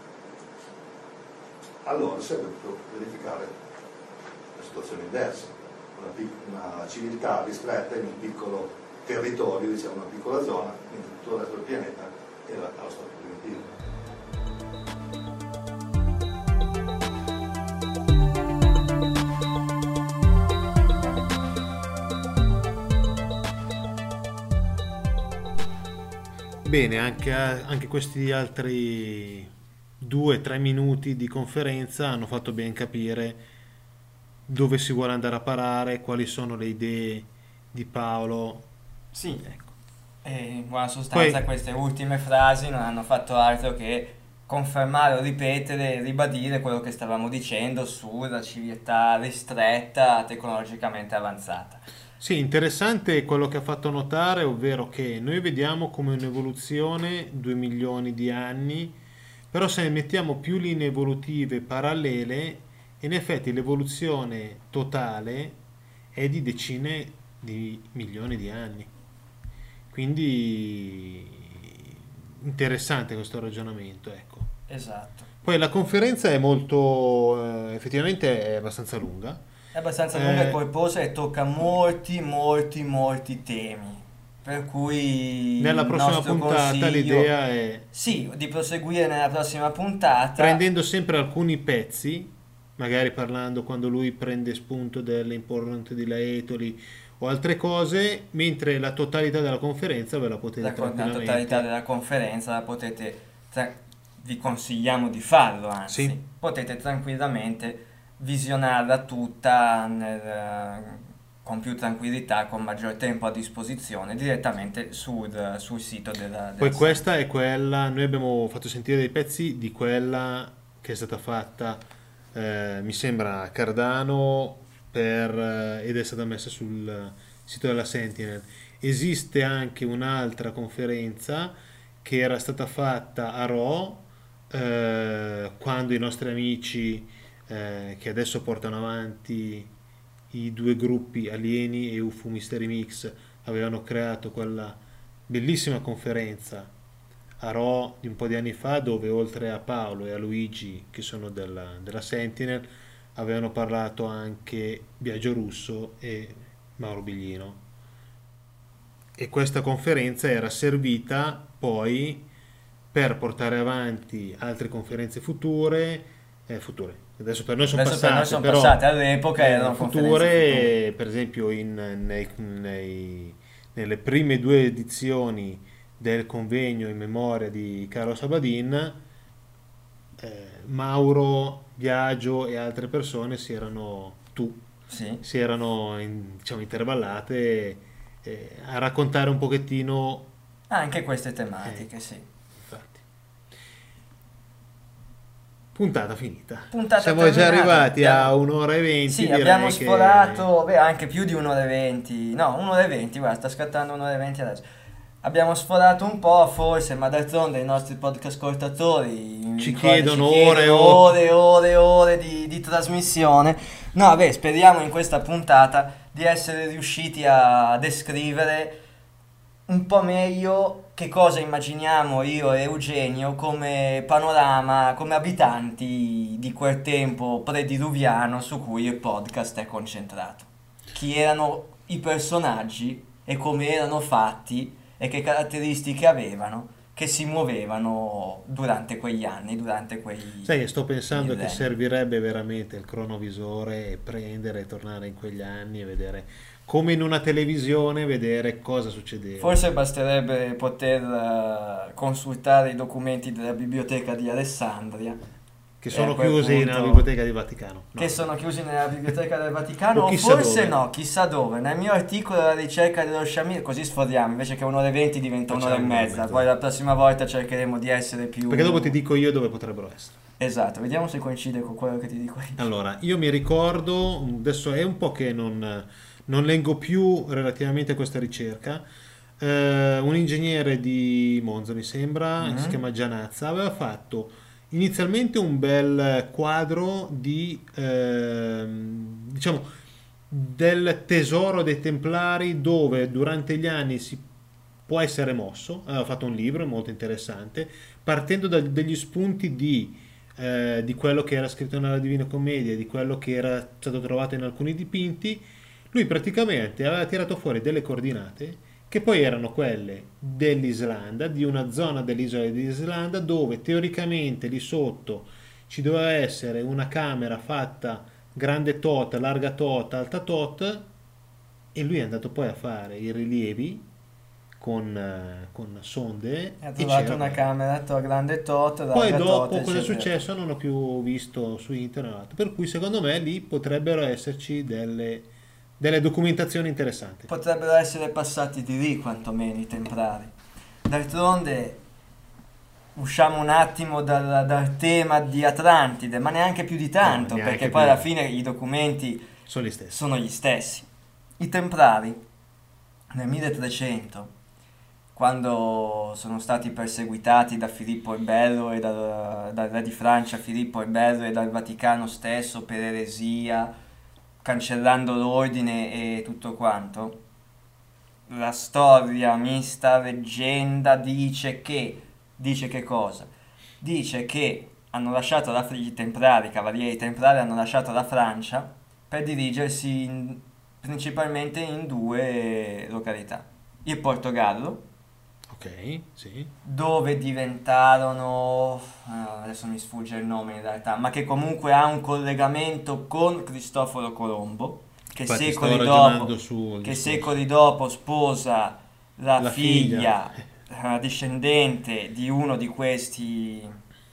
Allora si avrebbe potuto verificare una situazione inversa, una, una civiltà ristretta in un piccolo territorio, diciamo una piccola zona, mentre tutto il resto del pianeta era allo stato primitivo. Bene, anche, anche questi altri due tre minuti di conferenza hanno fatto ben capire dove si vuole andare a parare, quali sono le idee di Paolo. Sì, ecco. E in buona sostanza Poi, queste ultime frasi non hanno fatto altro che confermare o ripetere e ribadire quello che stavamo dicendo sulla civiltà ristretta, tecnologicamente avanzata. sì, interessante quello che ha fatto notare, ovvero che noi vediamo come un'evoluzione due milioni di anni, però se ne mettiamo più linee evolutive parallele, in effetti l'evoluzione totale è di decine di milioni di anni. Quindi interessante questo ragionamento, ecco. Esatto. Poi la conferenza è molto, eh, effettivamente è abbastanza lunga. È abbastanza lunga Eh, e corposa e tocca molti, molti, molti temi. Per cui Nella il prossima nostro puntata consiglio, l'idea è, sì, di proseguire nella prossima puntata. prendendo sempre alcuni pezzi, magari parlando quando lui prende spunto dell'importante di Laetoli o altre cose, mentre la totalità della conferenza ve la potete La, la tranquillamente... totalità della conferenza la potete, tra- vi consigliamo di farlo, anzi, Sì. potete tranquillamente visionarla tutta nel, con più tranquillità, con maggior tempo a disposizione, direttamente sul, sul sito della, della Poi sede. questa è quella, noi abbiamo fatto sentire dei pezzi di quella che è stata fatta, eh, mi sembra, a Cardano per, eh, ed è stata messa sul sito della Sentinel. Esiste anche un'altra conferenza che era stata fatta a Rho, eh, quando i nostri amici, eh, che adesso portano avanti i due gruppi Alieni e U F O Mystery Mix, avevano creato quella bellissima conferenza a Rho di un po' di anni fa, dove oltre a Paolo e a Luigi, che sono della, della Sentinel, avevano parlato anche Biagio Russo e Mauro Biglino. E questa conferenza era servita poi per portare avanti altre conferenze future, eh, future, adesso per noi sono Adesso per passate, noi sono però, passate, all'epoca eh, erano conferenze future, future. per esempio in, nei, nei, nelle prime due edizioni del convegno in memoria di Carlo Sabadin, eh, Mauro, Biagio e altre persone si erano, tu, Sì. si erano in- diciamo, intervallate eh, a raccontare un pochettino, Anche queste tematiche, sì. infatti. Puntata finita. Puntata Siamo già terminata. arrivati a Abbiamo- un'ora e venti. Sì, direi abbiamo che- sforato, beh, anche più di un'ora e venti. No, un'ora e venti, guarda, sta scattando un'ora e venti adesso. abbiamo sforato un po', forse, ma d'altronde i nostri podcast ascoltatori Ci ci chiedono chiedono ore e ore e ore e ore di, di trasmissione. No, vabbè, speriamo in questa puntata di essere riusciti a descrivere un po' meglio che cosa immaginiamo io e Eugenio come panorama, come abitanti di quel tempo prediluviano su cui il podcast è concentrato. Chi erano i personaggi e come erano fatti e che caratteristiche avevano, che si muovevano durante quegli anni, durante quei... Sai, sto pensando che millenni. servirebbe veramente il cronovisore e prendere e tornare in quegli anni e vedere, come in una televisione, vedere cosa succedeva. Forse basterebbe poter eh, consultare i documenti della biblioteca di Alessandria, Che e sono a quel chiusi punto- nella biblioteca di Vaticano. No. che sono chiusi nella biblioteca del Vaticano, O o chissà forse dove. no, chissà dove. Nel mio articolo la ricerca dello sciamino, così sforiamo, invece che un'ora e venti diventa un'ora e Facciamo un'ora e mezza, mezza. poi la prossima volta cercheremo di essere più... Perché dopo ti dico io dove potrebbero essere. Esatto, vediamo se coincide con quello che ti dico io. Allora, io mi ricordo, adesso è un po' che non, non leggo più relativamente a questa ricerca, eh, un ingegnere di Monza, mi sembra, Mhm. si chiama Gianazza, aveva fatto inizialmente un bel quadro di, ehm, diciamo, del tesoro dei Templari dove durante gli anni si può essere mosso. Aveva fatto un libro molto interessante, partendo da degli spunti di, eh, di quello che era scritto nella Divina Commedia, di quello che era stato trovato in alcuni dipinti. Lui praticamente aveva tirato fuori delle coordinate che poi erano quelle dell'Islanda, di una zona dell'isola di Islanda dove teoricamente lì sotto ci doveva essere una camera fatta grande tot, larga tot, alta tot, e lui è andato poi a fare i rilievi con, eh, con sonde Ha e trovato c'era una quello. camera to- grande tot, Poi larga dopo tot, cosa è eccetera. successo non ho più visto su internet, per cui secondo me lì potrebbero esserci delle, delle documentazioni interessanti. Potrebbero essere passati di lì quantomeno i templari. D'altronde usciamo un attimo dal, dal tema di Atlantide, ma neanche più di tanto, No, neanche perché più poi di alla tanto. fine i documenti Sono gli stessi. sono gli stessi. I templari nel milletrecento, quando sono stati perseguitati da Filippo il Bello e dal, dal re di Francia Filippo il Bello e dal Vaticano stesso per eresia, cancellando l'ordine e tutto quanto, la storia mista leggenda dice che dice che cosa? Dice che hanno lasciato la i templari, i cavalieri templari hanno lasciato la Francia per dirigersi in- principalmente in due località. Il Portogallo, Ok, sì. dove diventarono, ah, adesso mi sfugge il nome in realtà, ma che comunque ha un collegamento con Cristoforo Colombo, che Infatti secoli stavo dopo ragionando sul che discorso. secoli dopo sposa la, La figlia, figlia. eh, discendente di uno di questi.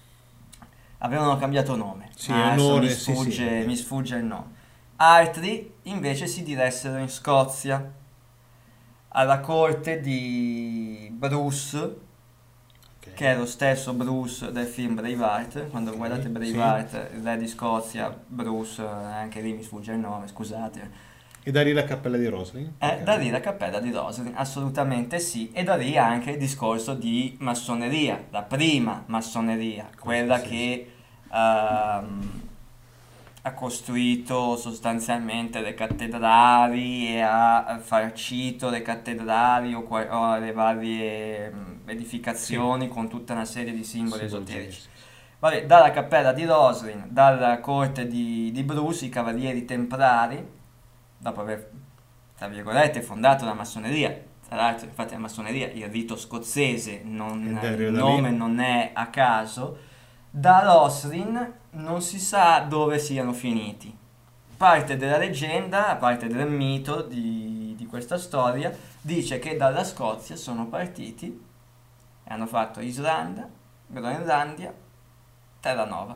Avevano cambiato nome. Sì, Ah, adesso onore, mi sì, sfugge, sì. mi sfugge il nome. Altri invece si diressero in Scozia, alla corte di Bruce, Ok. che è lo stesso Bruce del film Braveheart. Quando Ok, guardate sì. Braveheart, il re di Scozia, Bruce, eh, anche lì mi sfugge il nome, scusate. E da lì la cappella di Roslin? Eh, Ok. da lì la cappella di Roslin, assolutamente sì, e da lì anche il discorso di massoneria, la prima massoneria, quella sì, che ehm, ha costruito sostanzialmente le cattedrali e ha farcito le cattedrali o, qua- o le varie mm, edificazioni con tutta una serie di simboli Simboli esoterici. genesi. Vabbè, dalla cappella di Roslin, dalla corte di, di Bruce, i cavalieri templari, dopo aver, tra virgolette, fondato la massoneria, tra l'altro infatti la massoneria, il rito scozzese, non, Ed è il arrivato da nome lì. non è a caso, da Roslin non si sa dove siano finiti. Parte della leggenda, parte del mito di, di questa storia, dice che dalla Scozia sono partiti e hanno fatto Islanda, Groenlandia, Terranova.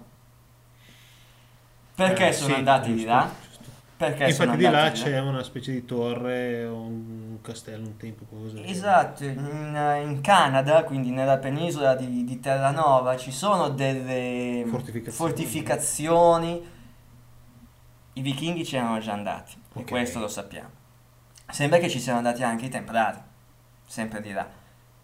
Perché Eh, sono sì, andati di giusto, là? giusto. Perché sono Infatti di là andati di là? c'è una specie di torre o un castello un tempo, qualcosa del genere. Esatto, in, in Canada, quindi nella penisola di, di Terranova, ci sono delle Fortificazioni. fortificazioni. I vichinghi ci erano già andati, e Ok. questo lo sappiamo. Sembra che ci siano andati anche i templari, sempre di là.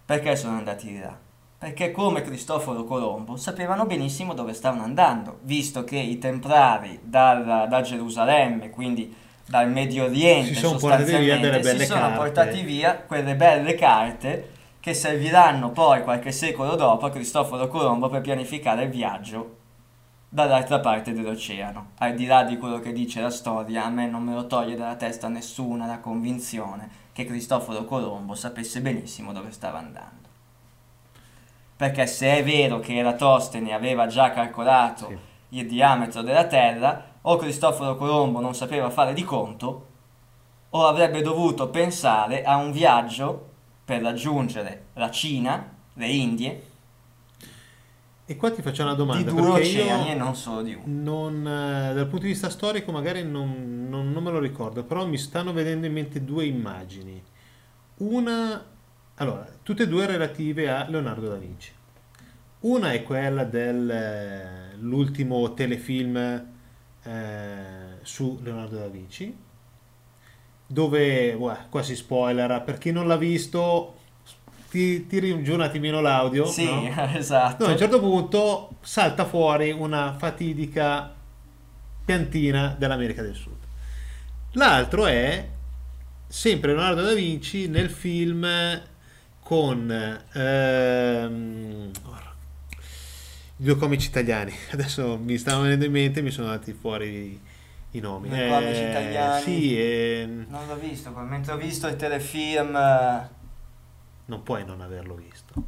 Perché sono andati di là? Perché come Cristoforo Colombo sapevano benissimo dove stavano andando, visto che i templari dal, da Gerusalemme, quindi dal Medio Oriente, Si sono portati via delle sostanzialmente, belle si sono carte. portati via quelle belle carte che serviranno poi qualche secolo dopo a Cristoforo Colombo per pianificare il viaggio dall'altra parte dell'oceano. Al di là di quello che dice la storia, a me non me lo toglie dalla testa nessuna la convinzione che Cristoforo Colombo sapesse benissimo dove stava andando. Perché se è vero che Eratostene aveva già calcolato Sì. il diametro della Terra, o Cristoforo Colombo non sapeva fare di conto, o avrebbe dovuto pensare a un viaggio per raggiungere la Cina, le Indie, E qua ti faccio una di domanda, due perché oceani io e non solo di uno. non, eh, dal punto di vista storico magari non, non- non me lo ricordo, però mi stanno venendo in mente due immagini. Una, allora, tutte e due relative a Leonardo da Vinci. Una è quella dell'ultimo telefilm eh, su Leonardo da Vinci, dove, uah, qua si spoilera, per chi non l'ha visto, ti, tiri giù un attimino l'audio, Sì, no? esatto. No, a un certo punto salta fuori una fatidica piantina dell'America del Sud. L'altro è sempre Leonardo da Vinci nel film con ehm, i due comici italiani. Adesso mi stavano venendo in mente e mi sono andati fuori i nomi. Due comici Eh, italiani. Sì, ehm, Non l'ho visto, poi, mentre ho visto il telefilm... eh, non puoi non averlo visto.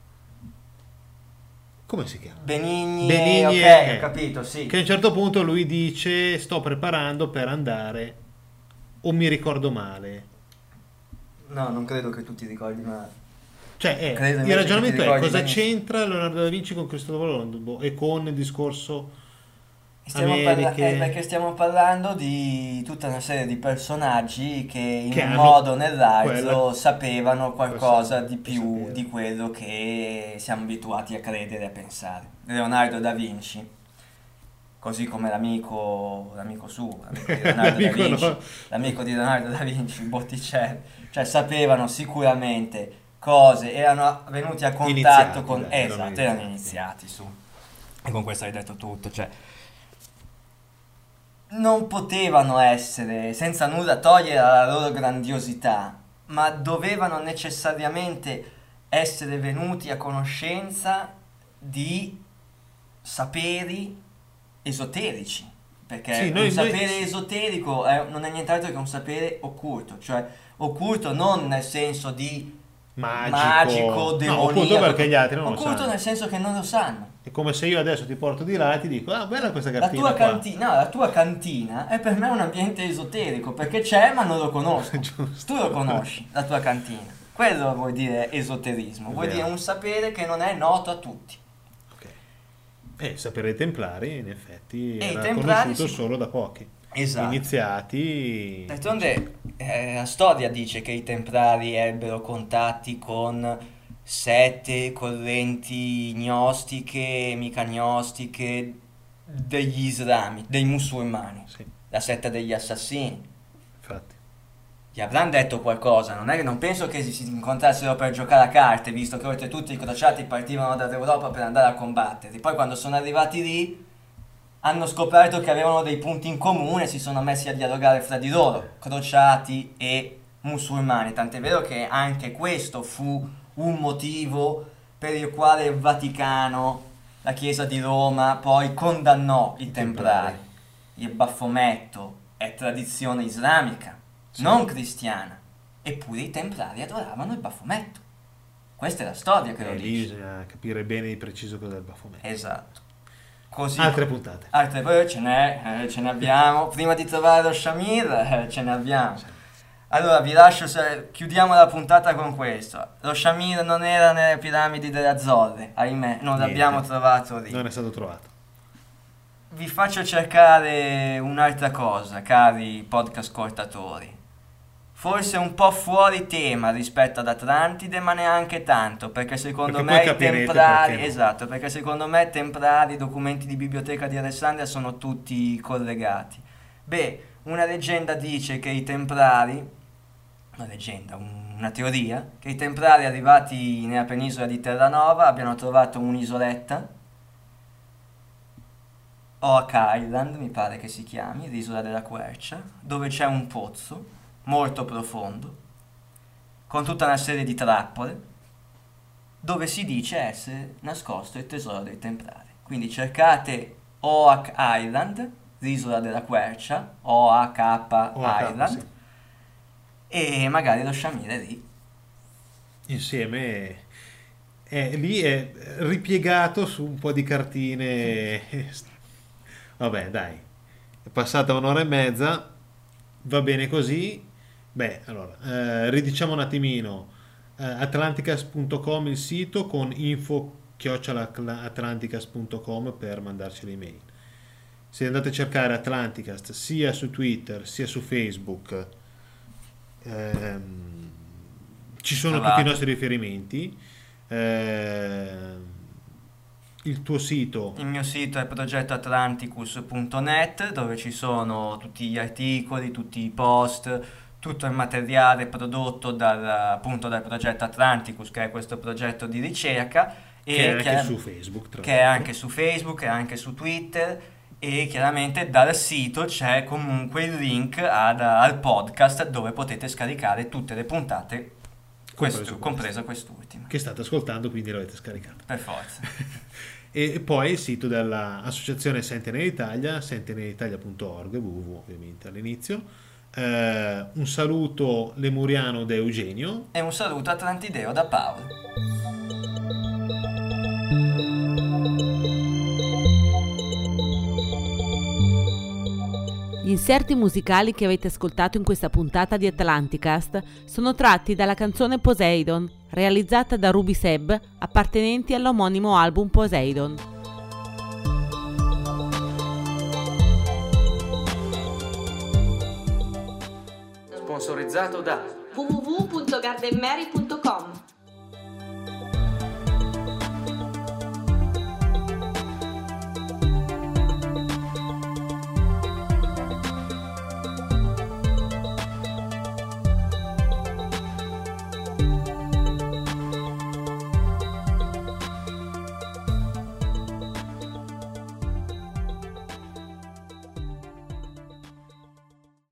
Come si chiama? Benigni, Benigni, ok, eh, ho capito, sì. Che a un certo punto lui dice: sto preparando per andare, o mi ricordo male. No, non credo che tu ti ricordi male. Cioè, è- Credo il invece ragionamento che ti è: ricordi cosa benissimo. c'entra Leonardo da Vinci con Cristoforo Colombo e con il discorso Stiamo parla- Americhe? eh, perché stiamo parlando di tutta una serie di personaggi che in Che un hanno modo o nell'altro quella- sapevano qualcosa quel di sa- più sapere. di quello che siamo abituati a credere e a pensare. Leonardo da Vinci, così come l'amico, l'amico suo, l'amico di Leonardo da L'amico Vinci, no. l'amico di Leonardo da Vinci, Botticelli, cioè sapevano sicuramente cose, erano venuti a contatto Iniziati, con... dai, erano esatto, erano iniziati. iniziati su. E con questo hai detto tutto, cioè non potevano essere, senza nulla togliere alla loro grandiosità, ma dovevano necessariamente essere venuti a conoscenza di saperi esoterici, perché Sì, un noi- noi- sapere esoterico è- non è nient'altro che un sapere occulto, cioè occulto non nel senso di Magico. magico, No, demoniaco, occulto perché gli altri non lo occulto sanno. nel senso che non lo sanno. È come se io adesso ti porto di là e ti dico: ah, bella questa La cartina tua, qua. cantina, no, la tua cantina è per me un ambiente esoterico perché c'è ma non lo conosco. Giusto. Tu lo conosci, la tua cantina. Quello vuol dire esoterismo, È vuol vero. dire un sapere che non è noto a tutti. Ok. E il sapere dei templari in effetti E i era templari conosciuto sì. solo da pochi. Esatto. Iniziati. D'altronde eh, la storia dice che i templari ebbero contatti con sette correnti gnostiche, mica gnostiche, degli islami, dei musulmani, Sì, la setta degli assassini. infatti. Gli avranno detto qualcosa, non è che non penso che si si incontrassero per giocare a carte, visto che oltretutto i crociati partivano dall'Europa per andare a combatterli. Poi quando sono arrivati lì hanno scoperto che avevano dei punti in comune e si sono messi a dialogare fra di loro, crociati e musulmani. Tant'è vero che anche questo fu un motivo per il quale il Vaticano, la Chiesa di Roma, poi condannò i I templari. templari. Il baffometto è tradizione islamica, Sì. non cristiana. Eppure i templari adoravano il baffometto. Questa è la storia che lo E lì dice. bisogna capire bene di preciso cos'è il baffometto. Esatto. Così. Altre puntate. Altre poi ce n'è, eh, ce ne abbiamo. Prima di trovare lo Shamir, eh, ce ne abbiamo. Allora vi lascio, se- chiudiamo la puntata con questo. Lo Shamir non era nelle piramidi delle Azzorre, ahimè, non Niente. l'abbiamo trovato lì. Non è stato trovato. Vi faccio cercare un'altra cosa, cari podcast ascoltatori. Forse un po' fuori tema rispetto ad Atlantide, ma neanche tanto, perché secondo Perché me poi i capirete templari, perché no. esatto, perché secondo me templari, i documenti di biblioteca di Alessandria sono tutti collegati. Beh, una leggenda dice che i templari, una leggenda, un una teoria, che i Templari arrivati nella penisola di Terranova abbiano trovato un'isoletta, Oak Island mi pare che si chiami, l'isola della Quercia, dove c'è un pozzo molto profondo, con tutta una serie di trappole, dove si dice essere nascosto il tesoro dei Templari. Quindi cercate Oak Island, l'isola della Quercia, O A K Island, sì. E magari lo sciamire lì. Insieme è, lì è ripiegato su un po' di cartine. Vabbè, dai, è passata un'ora e mezza, va bene così. Beh, allora, eh, ridiciamo un attimino. eh, atlanticast punto com il sito, con info chiocciola atlanticast punto com per mandarci le mail. Se andate a cercare Atlanticast sia su Twitter sia su Facebook, ehm, ci sono Trovate. tutti i nostri riferimenti. ehm, il tuo sito, Il mio sito è progetto atlanticus punto net, dove ci sono tutti gli articoli, tutti i post, tutto il materiale prodotto dal, appunto dal progetto Atlanticus, che è questo progetto di ricerca, e che è anche chiar- su Facebook, tra che è l'altro. anche su Facebook e anche su Twitter, e chiaramente dal sito c'è comunque il link ad- al podcast, dove potete scaricare tutte le puntate, Compreso questo- questo. compresa quest'ultima, Che state ascoltando, quindi l'avete scaricato. per forza. E poi il sito dell'associazione Centenary Italia, centenary italia punto org, www ovviamente all'inizio. Eh, un saluto lemuriano da Eugenio. E un saluto atlantideo da Paolo. Gli inserti musicali che avete ascoltato in questa puntata di Atlanticast sono tratti dalla canzone Poseidon, realizzata da Ruby Seb, appartenenti all'omonimo album Poseidon. Sponsorizzato da w w w punto gardenmary punto com